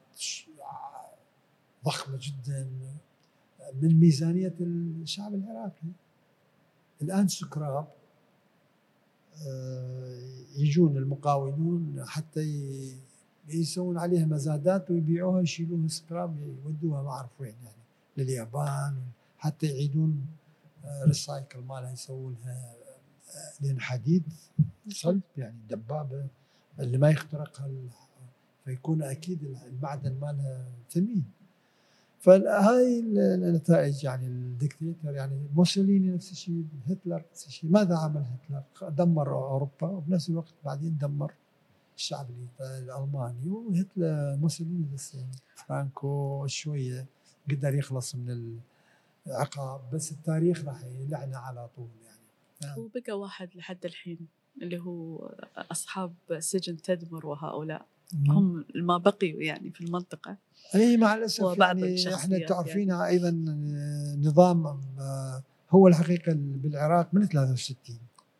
ضخمه جدا من ميزانيه الشعب العراقي. الان سكراب يجون المقاولون حتى يسوون عليها مزادات ويبيعوها يشيلوها سكراب يودوها ما اعرف وين، يعني لليابان، حتى يعيدون ريسايكل مالها يسوونها لين حديد صلب، يعني دبابه اللي ما يخترقها فيكون اكيد المعدن مالها ثمين. فهاي النتائج. يعني الدكتاتور يعني موسوليني نفس الشيء، هتلر نفس الشيء. ماذا عمل هتلر؟ دمر اوروبا وبنفس الوقت بعدين دمر الشعب الالماني. وهتلر موسوليني بس يعني فرانكو شويه قدر يخلص من العقاب، بس التاريخ راح يلعنه على طول. يعني هو بقى واحد لحد الحين اللي هو اصحاب سجن تدمر وهؤلاء هم ما بقيوا يعني في المنطقه. اي مع الاسف، يعني احنا تعرفين يعني. ايضا نظام هو الحقيقه بالعراق من ثلاثة وستين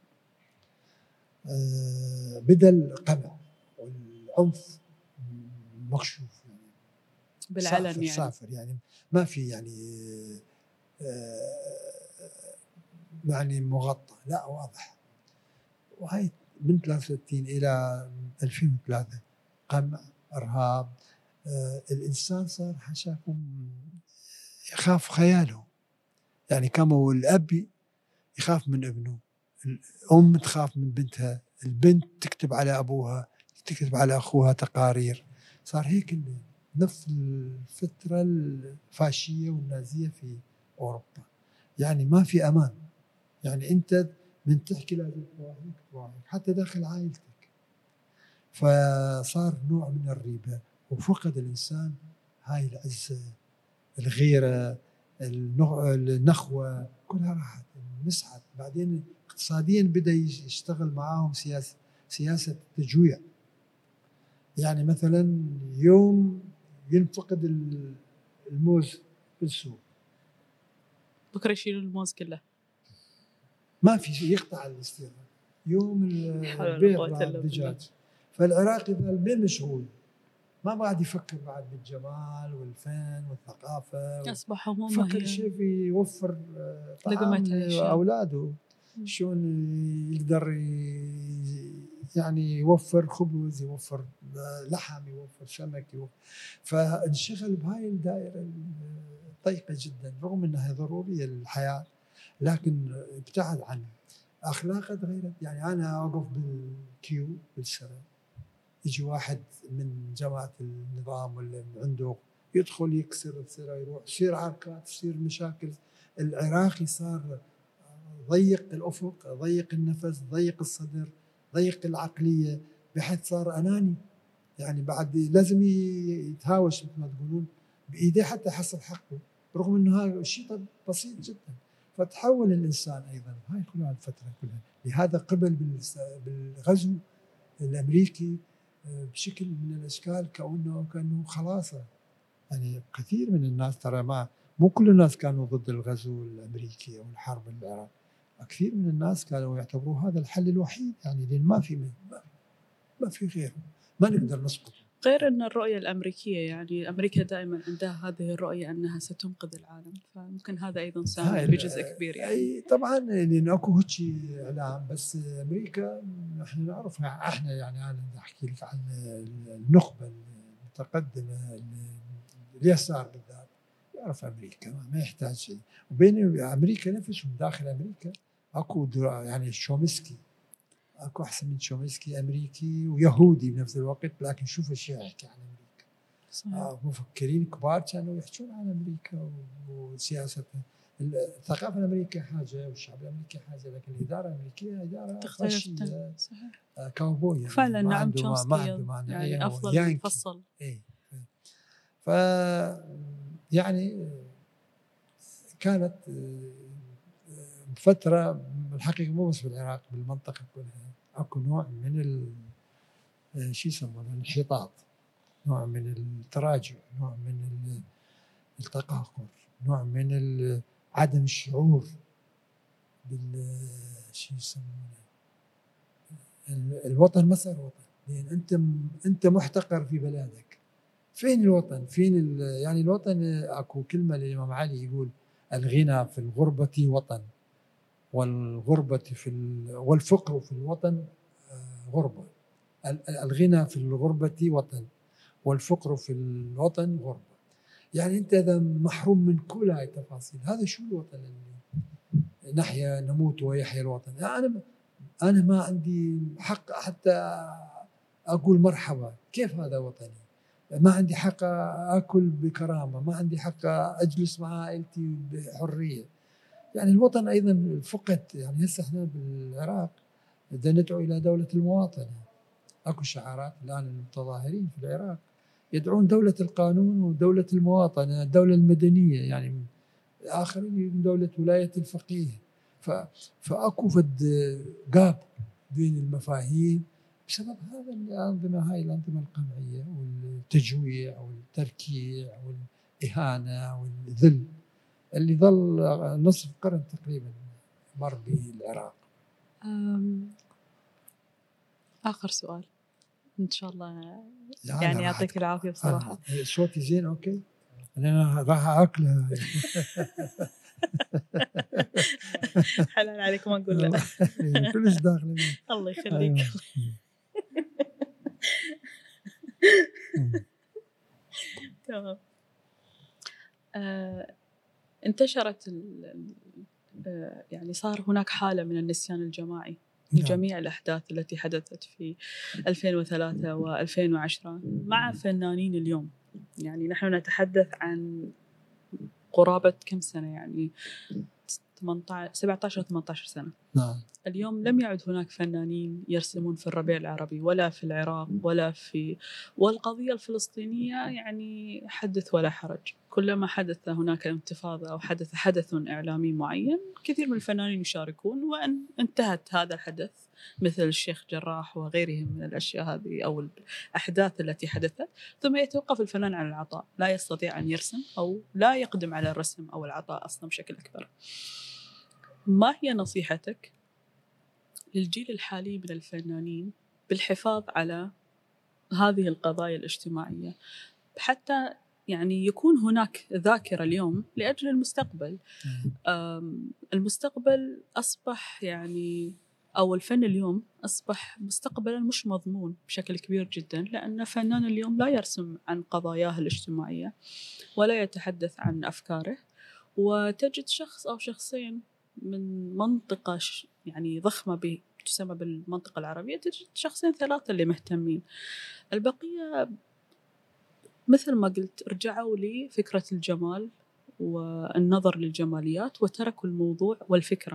آه بدأ القمع والعنف مكشوف يعني بالعلن صافر يعني صافر يعني ما في يعني آه يعني مغطى، لا واضح. وهي من ثلاثة وستين إلى ألفين وثلاثة قمع، إرهاب. آه الإنسان صار حشاكم يخاف خياله، يعني كما الأب يخاف من ابنه، الأم تخاف من بنتها، البنت تكتب على أبوها، تكتب على أخوها تقارير. صار هيك نفس الفترة الفاشية والنازية في أوروبا، يعني ما في أمان. يعني أنت من تحكي لازم تواهيك تواهيك حتى داخل عائلتك. فصار نوع من الريبة، وفقد الإنسان هاي العزة، الغيرة، النخوة، كلها راحت مسحت. بعدين اقتصاديا بدأ يشتغل معاهم سياسة سياسة التجويع. يعني مثلا يوم ينفقد الموز في السوق، بكرة يشيلوا الموز كله، ما في شيء، يقطع الاستيراد. يوم البيض الدجاج. فالعراقي ظل بين مشغول، ما بعد يفكر بعد بالجمال والفن والثقافة، أصبح همومه فكر شيء يوفر طعام لأولاده، شلون يقدر يعني يوفر خبز، يوفر لحم، يوفر سمك، يوفر. فانشغل بهاي الدائرة ضيقة جدا، رغم أنها ضرورية للحياة، لكن ابتعد عنها. أخلاقه تغيرت. يعني أنا أوقف بالكيو بالسرة، يجي واحد من جماعة النظام ولا عنده يدخل يكسر السرة، يروح يصير عركات، يصير مشاكل. العراقي صار ضيق الأفق، ضيق النفس، ضيق الصدر، ضيق العقلية، بحيث صار أناني. يعني بعد لازم يتهاوش مثل ما تقولون بإيديه حتى يحصل حقه، رغم أنه هذا شيء بسيط جدا. فتحول الإنسان أيضا هاي كلها الفترة كلها. لهذا قبل بالغزو الأمريكي بشكل من الأشكال كأنه كأنه خلاصة. يعني كثير من الناس ترى ما مو كل الناس كانوا ضد الغزو الأمريكي أو الحرب العراق، كثير من الناس كانوا يعتبروا هذا الحل الوحيد، يعني لأن ما في ما, ما في غيره، ما نقدر نسقط. غير أن الرؤية الأمريكية، يعني أمريكا دائما عندها هذه الرؤية أنها ستنقذ العالم، فممكن هذا أيضا ساهم بجزء كبير. يعني أي طبعا لأن أكو هيك إعلام، بس أمريكا نحن نعرف، احنا يعني أنا أحكي لك عن النخبة المتقدمة اليسار بالذات يعرف أمريكا، ما يحتاج شيء. وبين أمريكا نفسهم داخل أمريكا أكو يعني شومسكي، أكو أحسن من شومسكي أمريكي ويهودي بنفس الوقت، لكن شوف ايش يحكي عن أمريكا. آه مفكرين كبار كانوا يحكون عن أمريكا وسياستها. الثقافة الأمريكية حاجة والشعب الأمريكي حاجة، لكن الإدارة الأمريكية إدارة فاشية آه كاوبوي. يعني فعلا ما نعم، عنده ما, ما عنده معنى يعني أفضل مفصل. إيه. ف يعني كانت فترة الحقيقة مو بس بالعراق، بالمنطقة كلها أكو نوع من ال شو يسمونه الانحطاط، نوع من التراجع، نوع من التقهقر، نوع من عدم الشعور بال شو يسمونه الوطن. ما صار وطن، لأن أنت أنت محتقر في بلادك. فين الوطن؟ فين يعني الوطن؟ أكو كلمة للإمام علي يقول: الغنى في الغربة وطن، والغربة في والفقر في الوطن غربة. الغنى في الغربة وطن، والفقر في الوطن غربة. يعني أنت إذا محروم من كل هاي التفاصيل، هذا شو الوطن اللي نحيا نموت ويحيا الوطن؟ يعني أنا أنا ما عندي حق حتى أقول مرحبا، كيف هذا وطني؟ ما عندي حق أكل بكرامة، ما عندي حق أجلس مع عائلتي بحرية. يعني الوطن أيضا فقد. يعني هسه احنا بالعراق بدنا ندعو إلى دولة المواطنة. أكو شعارات الآن المتظاهرين في العراق يدعون دولة القانون ودولة المواطنة، الدولة المدنية، يعني آخرين دولة ولاية الفقيه. فأكو فد جاب بين المفاهيم بسبب هذا الأنظمة، هاي الأنظمة القمعية والتجويع والتركيع والإهانة والذل اللي ظل نصف قرن تقريبا مر به العراق. آخر سؤال إن شاء الله لا، يعني أنا راح يعطيك أت- العافية بصراحة. آه، صوتي زين أوكي، أنا راح أكلها. حلال عليك ما أقول لا. كلش داخل. الله يخليك. أيوة. تمام. آه، انتشرت ال- آه، يعني صار هناك حالة من النسيان الجماعي لجميع الأحداث التي حدثت في ألفين وثلاثة وألفين وعشرة مع فنانين اليوم. يعني نحن نتحدث عن قرابة كم سنة، يعني ثمانية عشر سبعة عشر ثمانية عشر سنة. نعم. اليوم لم يعد هناك فنانين يرسمون في الربيع العربي ولا في العراق ولا في، والقضية الفلسطينية يعني حدث ولا حرج. كلما حدث هناك انتفاضة أو حدث حدث إعلامي معين كثير من الفنانين يشاركون، وأن انتهت هذا الحدث مثل الشيخ جراح وغيرهم من الأشياء هذه أو الأحداث التي حدثت، ثم يتوقف الفنان عن العطاء، لا يستطيع أن يرسم أو لا يقدم على الرسم أو العطاء أصلا بشكل أكبر. ما هي نصيحتك للجيل الحالي من الفنانين بالحفاظ على هذه القضايا الاجتماعية حتى يعني يكون هناك ذاكرة اليوم لأجل المستقبل؟ المستقبل أصبح يعني أو الفن اليوم أصبح مستقبلا مش مضمون بشكل كبير جدا، لأن فنان اليوم لا يرسم عن قضاياه الاجتماعية ولا يتحدث عن أفكاره، وتجد شخص أو شخصين من منطقة يعني ضخمة تسمى بالمنطقة العربية، تجد شخصين ثلاثة اللي مهتمين، البقية مثل ما قلت رجعوا لي فكرة الجمال والنظر للجماليات وتركوا الموضوع والفكرة.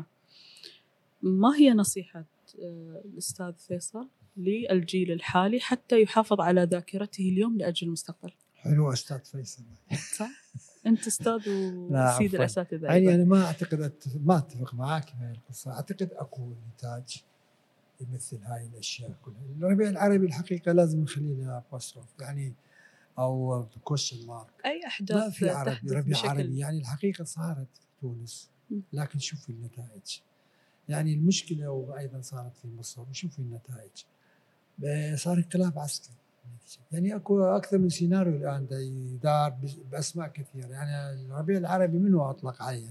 ما هي نصيحة الأستاذ فيصل للجيل الحالي حتى يحافظ على ذاكرته اليوم لأجل المستقبل؟ حلو أستاذ فيصل. صح؟ أنت أستاذ وسيد الأساتذة. يعني أنا ما أعتقد أتفق ما أتفق معاك في هذه القصة. أعتقد أكو نتاج يمثل هاي الأشياء كلها. الربيع العربي الحقيقة لازم نخلي لها بوستروف يعني أو كويشن مارك. أي أحداث ما في عربي ربيع بشكل... عربي يعني الحقيقة صارت في تونس، لكن شوف النتائج. يعني المشكلة وأيضا صارت في مصر وشوف النتائج. صار انقلاب عسكري يعني اكو اكثر من سيناريو الان يدار باسماء كثيره. يعني الربيع العربي منو اطلق عليه؟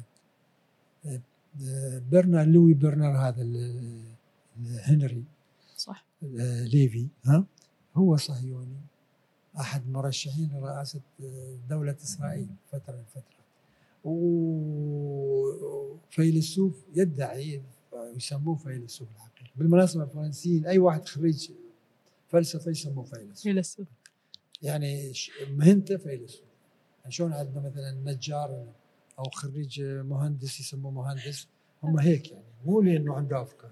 برنر لوي برنر هذا هنري صح ليفي، ها هو صهيوني احد مرشحين رئاسه دوله اسرائيل فتره من فتره، وفيلسوف يدعي يسموه فيلسوف الحقيقه. بالمناسبه الفرنسيين اي واحد خريج فلسفه يسموه فيلسوف. فيلسوف يعني مهنته فيلسوف. يعني شلون عندنا مثلا نجار او خريج مهندس يسموه مهندس، هم هيك يعني مو لانه عنده افكار.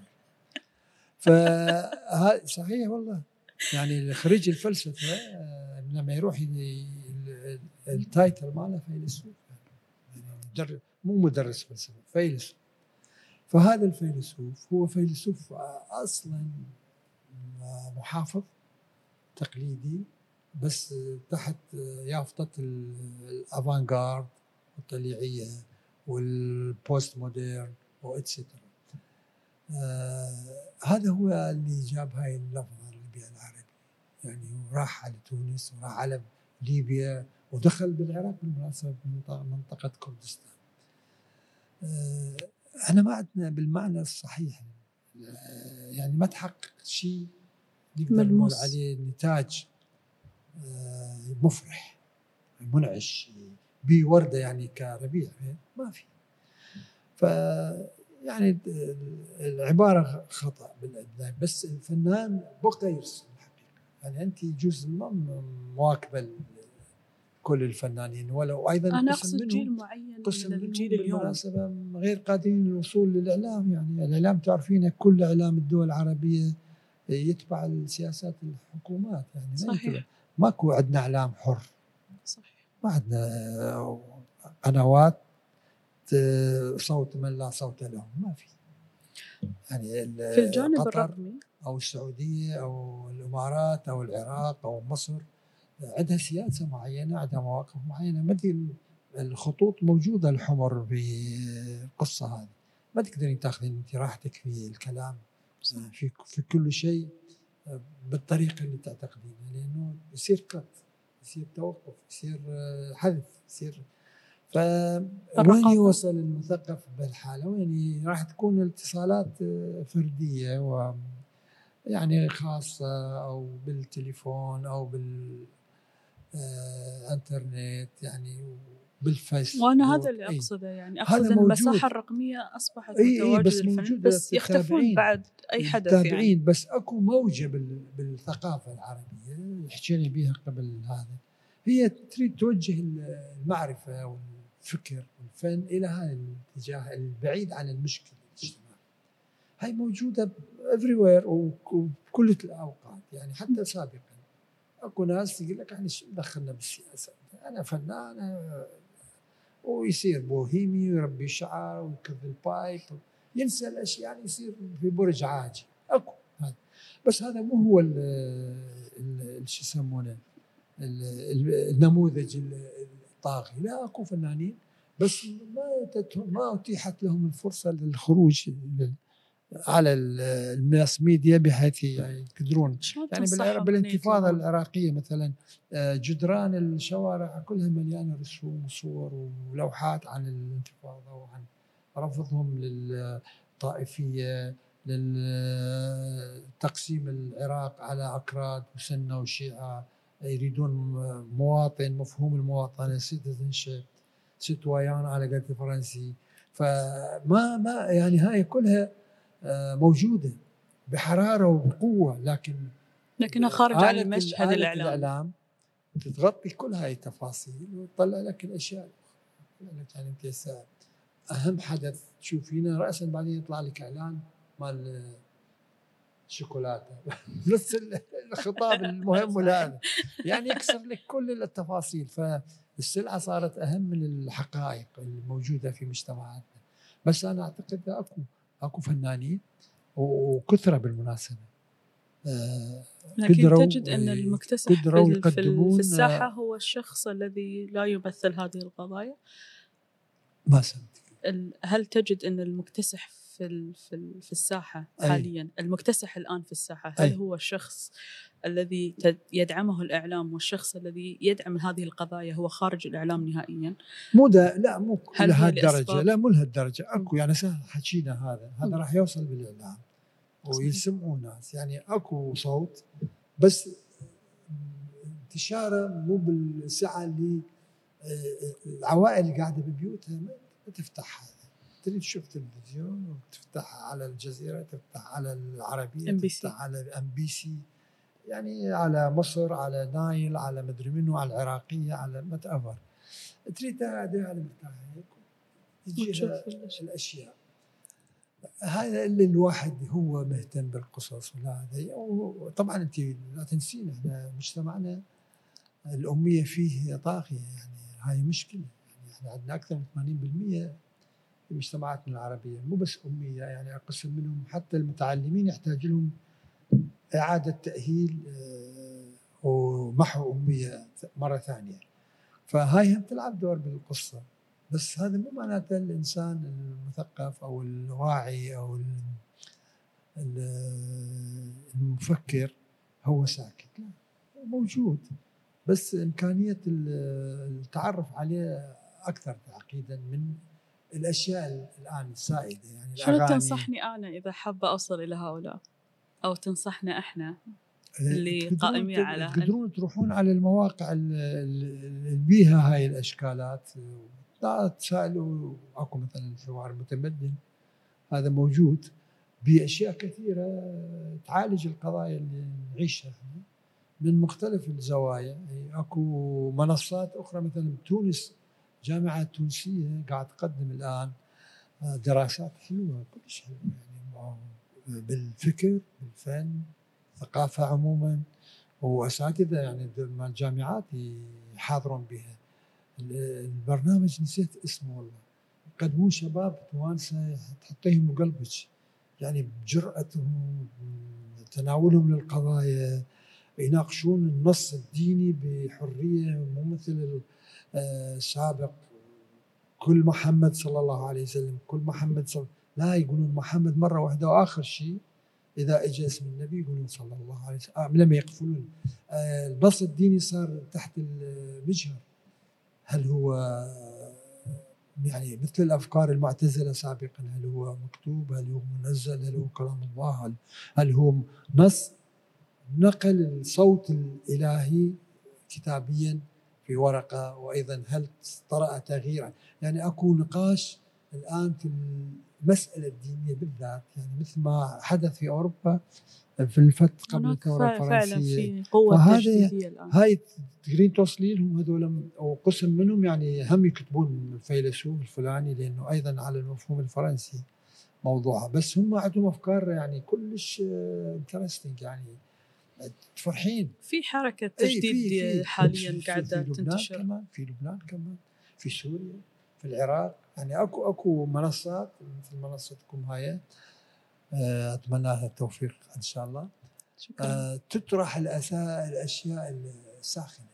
فهذا صحيح والله. يعني خريج الفلسفه لما يروح التايتل ماله فيلسوف، يعني مو مدرس فلسفه، فيلسوف. فهذا الفيلسوف هو فيلسوف اصلا محافظ تقليدي بس تحت يافطة الافانغارد والطليعية والبوست مودرن وإتسترا. آه هذا هو اللي جاب هاي اللفظة الربيع العربي. يعني راح على تونس وراح على ليبيا ودخل بالعراق بالمناسبة منطقة كردستان. آه احنا ما عندنا بالمعنى الصحيح آه يعني ما تحقق شيء نقدر نقول عليه نتاج مفرح منعش بوردة يعني كربيع ما في. ف يعني العبارة خطأ بالإبداع، بس الفنان بقى يرسم الحقيقة. يعني أنت يجوز ما مواكبة كل الفنانين ولو أيضا أنا أقصد جيل معين قسم من الجيل اليوم بالمناسبة غير قادرين للوصول للإعلام. يعني الإعلام تعرفين كل إعلام الدول العربية يتبع السياسات الحكومات. يعني صحيح. ماكو عندنا إعلام حر. صحيح. ما عندنا قنوات صوت من لا صوت لهم، ما في. يعني في الجانب قطر الرقمي أو السعودية أو الإمارات أو العراق أو مصر عندها سياسة معينة، عندها مواقف معينة. ما الخطوط موجودة الحمر في القصة هذه. ما تقدرين تاخذين انت راحتك في الكلام في في كل شيء بالطريقة اللي تعتقدينها، لأنه يصير قط، يصير توقف، يصير حذف، يصير فوين يوصل المثقف بهالحالة؟ وين راح تكون الاتصالات فردية و يعني خاصة أو بالتليفون أو بالإنترنت يعني بالفيس. وأنا هذا اللي أقصده، يعني أقصد أن المساحة الرقمية أصبحت أي متواجد بس الفن، بس يختفون بعد أي حدث يعني. بس أكو موجة بالثقافة العربية حكينا بها قبل هذا، هي تريد توجه المعرفة والفكر والفن إلى هذا الاتجاه البعيد عن المشكلة الاجتماعية. هاي موجودة everywhere وبكل الأوقات، يعني حتى سابقا أكو ناس يقول لك احنا شو دخلنا بالسياسة، أنا فنان ويصير بوهيمي ويربي شعر ويكذب البايب، ينسى الأشياء يعني يصير في برج عاجي. أكو هذا، بس هذا مو هو شو يسمونه النموذج الطاغي. لا، أكو فنانين بس ما ما أتيحت لهم الفرصة للخروج على الماس ميديا بحيث يعني يقدرون يعني بالانتفاضة العراقية مثلا جدران الشوارع كلها مليانة رسوم وصور ولوحات عن الانتفاضة وعن رفضهم للطائفية، للتقسيم العراق على أكراد وسنة وشيعة، يريدون مواطن، مفهوم المواطنة citizenship، سيتويان على قد الفرنسي. فما ما يعني هاي كلها موجودة بحرارة وبقوة، لكن لكنها خارج عن المشهد الإعلامي. الإعلام تتغطي كل هاي التفاصيل وتطلع لك الأشياء. يعني أنت أهم حدث تشوفينه رأسا بعدين يطلع لك إعلان مال شوكولاتة نفس الخطاب المهم هذا، يعني يكسر لك كل التفاصيل. فالسلعة صارت أهم من الحقائق الموجودة في مجتمعاتنا. بس أنا أعتقد أكو أكو فنانين وكثرة بالمناسبة آه لكن تجد أن المكتسح في, في الساحة هو الشخص الذي لا يمثل هذه القضايا. ما سمعت. هل تجد أن المكتسح في في في الساحة حاليا، أي. المكتسح الآن في الساحة هل أي. هو الشخص الذي يدعمه الإعلام والشخص الذي يدعم هذه القضايا هو خارج الإعلام نهائيا؟ مو ده، لا مو لهالدرجة، لا مو لهالدرجة. أكو يعني حكينا هذا هذا راح يوصل بالإعلام ويسمعوا ناس، يعني أكو صوت بس انتشاره مو بالسعة اللي العوائل اللي قاعدة ببيوتها ما تفتح هذا. تريد تشوف تلفزيون وتفتح على الجزيرة، تفتح على العربية، تفتح على ام بي سي، يعني على مصر، على نايل، على مدري منه، على العراقية، على مت ايفر. تريد قاعدة على مرتاحة تجيها الأشياء. هذا اللي الواحد هو مهتم بالقصص ولا هذا. وطبعا انت لا تنسين احنا مجتمعنا الأمية فيه طاغية، يعني هاي مشكلة. يعني احنا عندنا أكثر من ثمانين بالمئة في مجتمعاتنا العربية مو بس أمية، يعني أقسم منهم حتى المتعلمين يحتاج لهم إعادة تأهيل ومحو أمية مرة ثانية. فهاي هم تلعب دور بالقصة، بس هذا مو معناته الإنسان المثقف أو الواعي أو المفكر هو ساكت، لا هو موجود، بس إمكانية التعرف عليه أكثر تعقيدا من الأشياء الآن السائدة. يعني شنو تنصحني أنا إذا حابة أوصل إلى هؤلاء، أو تنصحنا إحنا اللي قائمين على تقدرون تروحون على المواقع اللي بيها هاي الأشكالات، لا تسألوا. أكو مثلا الحوار المتمدن هذا موجود بأشياء كثيرة تعالج القضايا اللي نعيشها من مختلف الزوايا. أكو منصات أخرى مثلا تونس، جامعة تونسية قاعد تقدم الآن دراسات حلوة كلش حلوة، يعني بالفكر بالفن ثقافة عموما، وأساتذة يعني مع الجامعات يحاضرون بها. البرنامج نسيت اسمه والله، يقدمون شباب توانسة تحطيهم بقلبك، يعني بجرأتهم تناولهم للقضايا، يناقشون النص الديني بحرية، مو مثل السابق كل محمد صلى الله عليه وسلم، كل محمد صلى لا، يقولون محمد مرة واحدة وآخر شيء إذا إجا اسم النبي يقولون صلى الله عليه وسلم، لما يقفلون البسط الديني صار تحت المجهر. هل هو يعني مثل الأفكار المعتزلة سابقا، هل هو مكتوب، هل هو منزل، هل هو كلام الله، هل, هل هو نص نقل الصوت الإلهي كتابيا في ورقة، وأيضا هل طرأ تغيير؟ يعني أكو نقاش الآن في المسألة الدينية بالذات، يعني مثل ما حدث في أوروبا في الفترة قبل الثورة الفرنسية. في قوة تجديدية الآن. هاي تقدرين توصلين لهم هذول أو قسم منهم، يعني هم يكتبون الفيلسوف الفلاني لأنه أيضا على المفهوم الفرنسي موضوعها، بس هم عندهم أفكار يعني كلش انترستينج، يعني تفرحين. في حركة تجديد حاليا قاعدة تنتشر كمان في لبنان، كمان في سوريا، في العراق. يعني أكو أكو منصات مثل منصتكم هاي، أتمنى لها التوفيق إن شاء الله. أه تطرح الأشياء الساخنة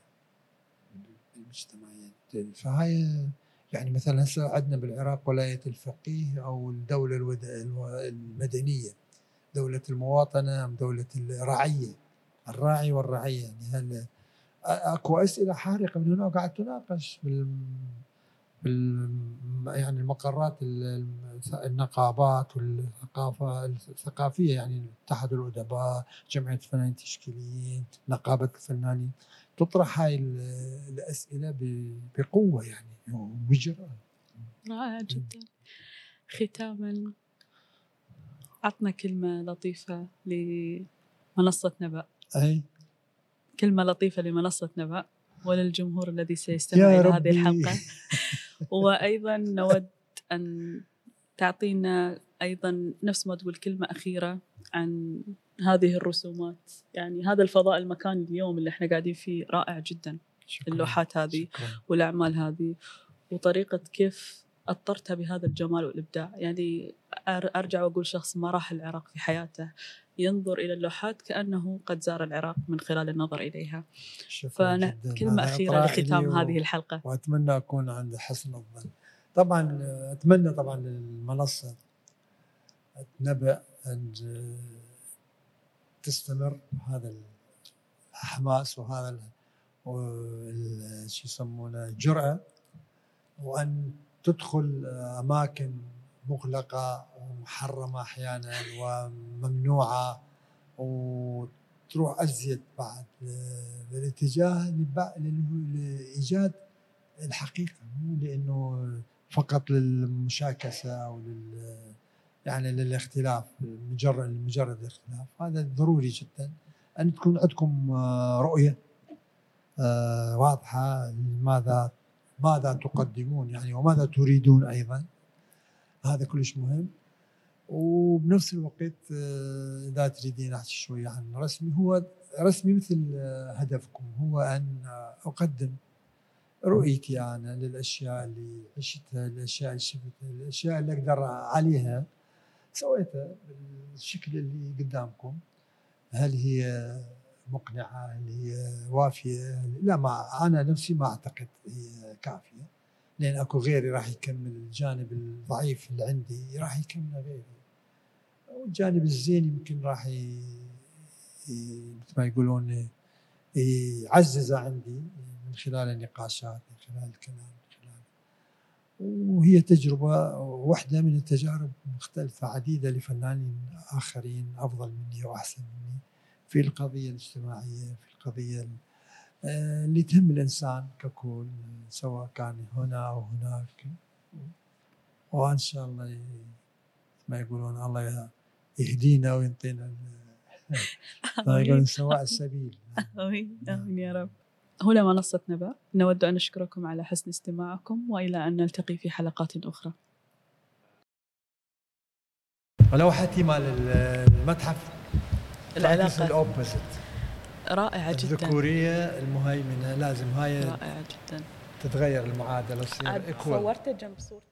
المجتمعية. فهاي يعني مثلا هسه عندنا بالعراق ولاية الفقيه أو الدولة المدنية، دولة المواطنة أم دولة الرعية، الراعي والرعية. يعني هل أكو أسئلة حارقة من هنا قاعد تناقش بال بال يعني المقرات النقابات والثقافة الثقافية، يعني اتحاد الأدباء، جمعية الفنانين التشكيليين، نقابة الفنانين، تطرح هاي الأسئلة بقوة يعني وبجرأة. رائع جدا. ختاما عطنا كلمة لطيفة لمنصة نبأ. أي كلمة لطيفة لمنصة نبأ وللجمهور الذي سيستمع إلى هذه الحلقة. وأيضا نود أن تعطينا أيضا نفس ما تقول كلمة أخيرة عن هذه الرسومات. يعني هذا الفضاء المكان اليوم اللي احنا قاعدين فيه رائع جدا. شكرا. اللوحات هذه شكرا. والأعمال هذه وطريقة كيف أطرتها بهذا الجمال والإبداع. يعني أرجع وأقول شخص ما راح العراق في حياته ينظر إلى اللوحات كأنه قد زار العراق من خلال النظر إليها. فكلمة أخيرة لختام هذه الحلقة. وأتمنى أكون عند حسن الظن. طبعا أتمنى طبعا المنصة نبأ أن تستمر هذا الحماس وهذا شو يسمونه الجرأة، وأن تدخل أماكن مغلقة ومحرمة أحيانا وممنوعة، وتروح أزيد بعد للاتجاه لإيجاد الحقيقة، مو لأنه فقط للمشاكسة أو لل يعني للاختلاف، مجرد مجرد الاختلاف. هذا ضروري جدا أن تكون عندكم رؤية واضحة لماذا ماذا تقدمون يعني وماذا تريدون أيضا. هذا كلش مهم. وبنفس الوقت إذا تريدين أحكي شوية عن رسمي، هو رسمي مثل هدفكم هو أن أقدم رؤيتي أنا للأشياء اللي عشتها، الأشياء اللي شفتها، الأشياء اللي أقدر عليها سويتها بالشكل اللي قدامكم. هل هي مقنعة؟ هل هي وافية؟ لا، ما أنا نفسي ما أعتقد هي كافية، لأن أكو غيري راح يكمل الجانب الضعيف اللي عندي، راح يكمل غيري، والجانب الزين يمكن راح مثل ما يقولون يعزز عندي من خلال النقاشات، من خلال الكلام، من خلال وهي تجربة واحدة من التجارب مختلفة عديدة لفنانين آخرين أفضل مني وأحسن مني في القضية الاجتماعية، في القضية اللي تهم الإنسان ككل، سواء كان هنا أو هناك. وإن شاء الله ما يقولون الله يهدينا وينطينا ما يقولون سواء السبيل. آمين آمين يا رب. هنا منصة نبأ، نود أن نشكركم على حسن استماعكم، وإلى أن نلتقي في حلقات أخرى. ولوحتي مال المتحف العلاقة الأوبوزيت رائعة جدا، الذكورية المهيمنة، لازم هاي رائعة جدا تتغير المعادلة تصير صورته جنب صورته.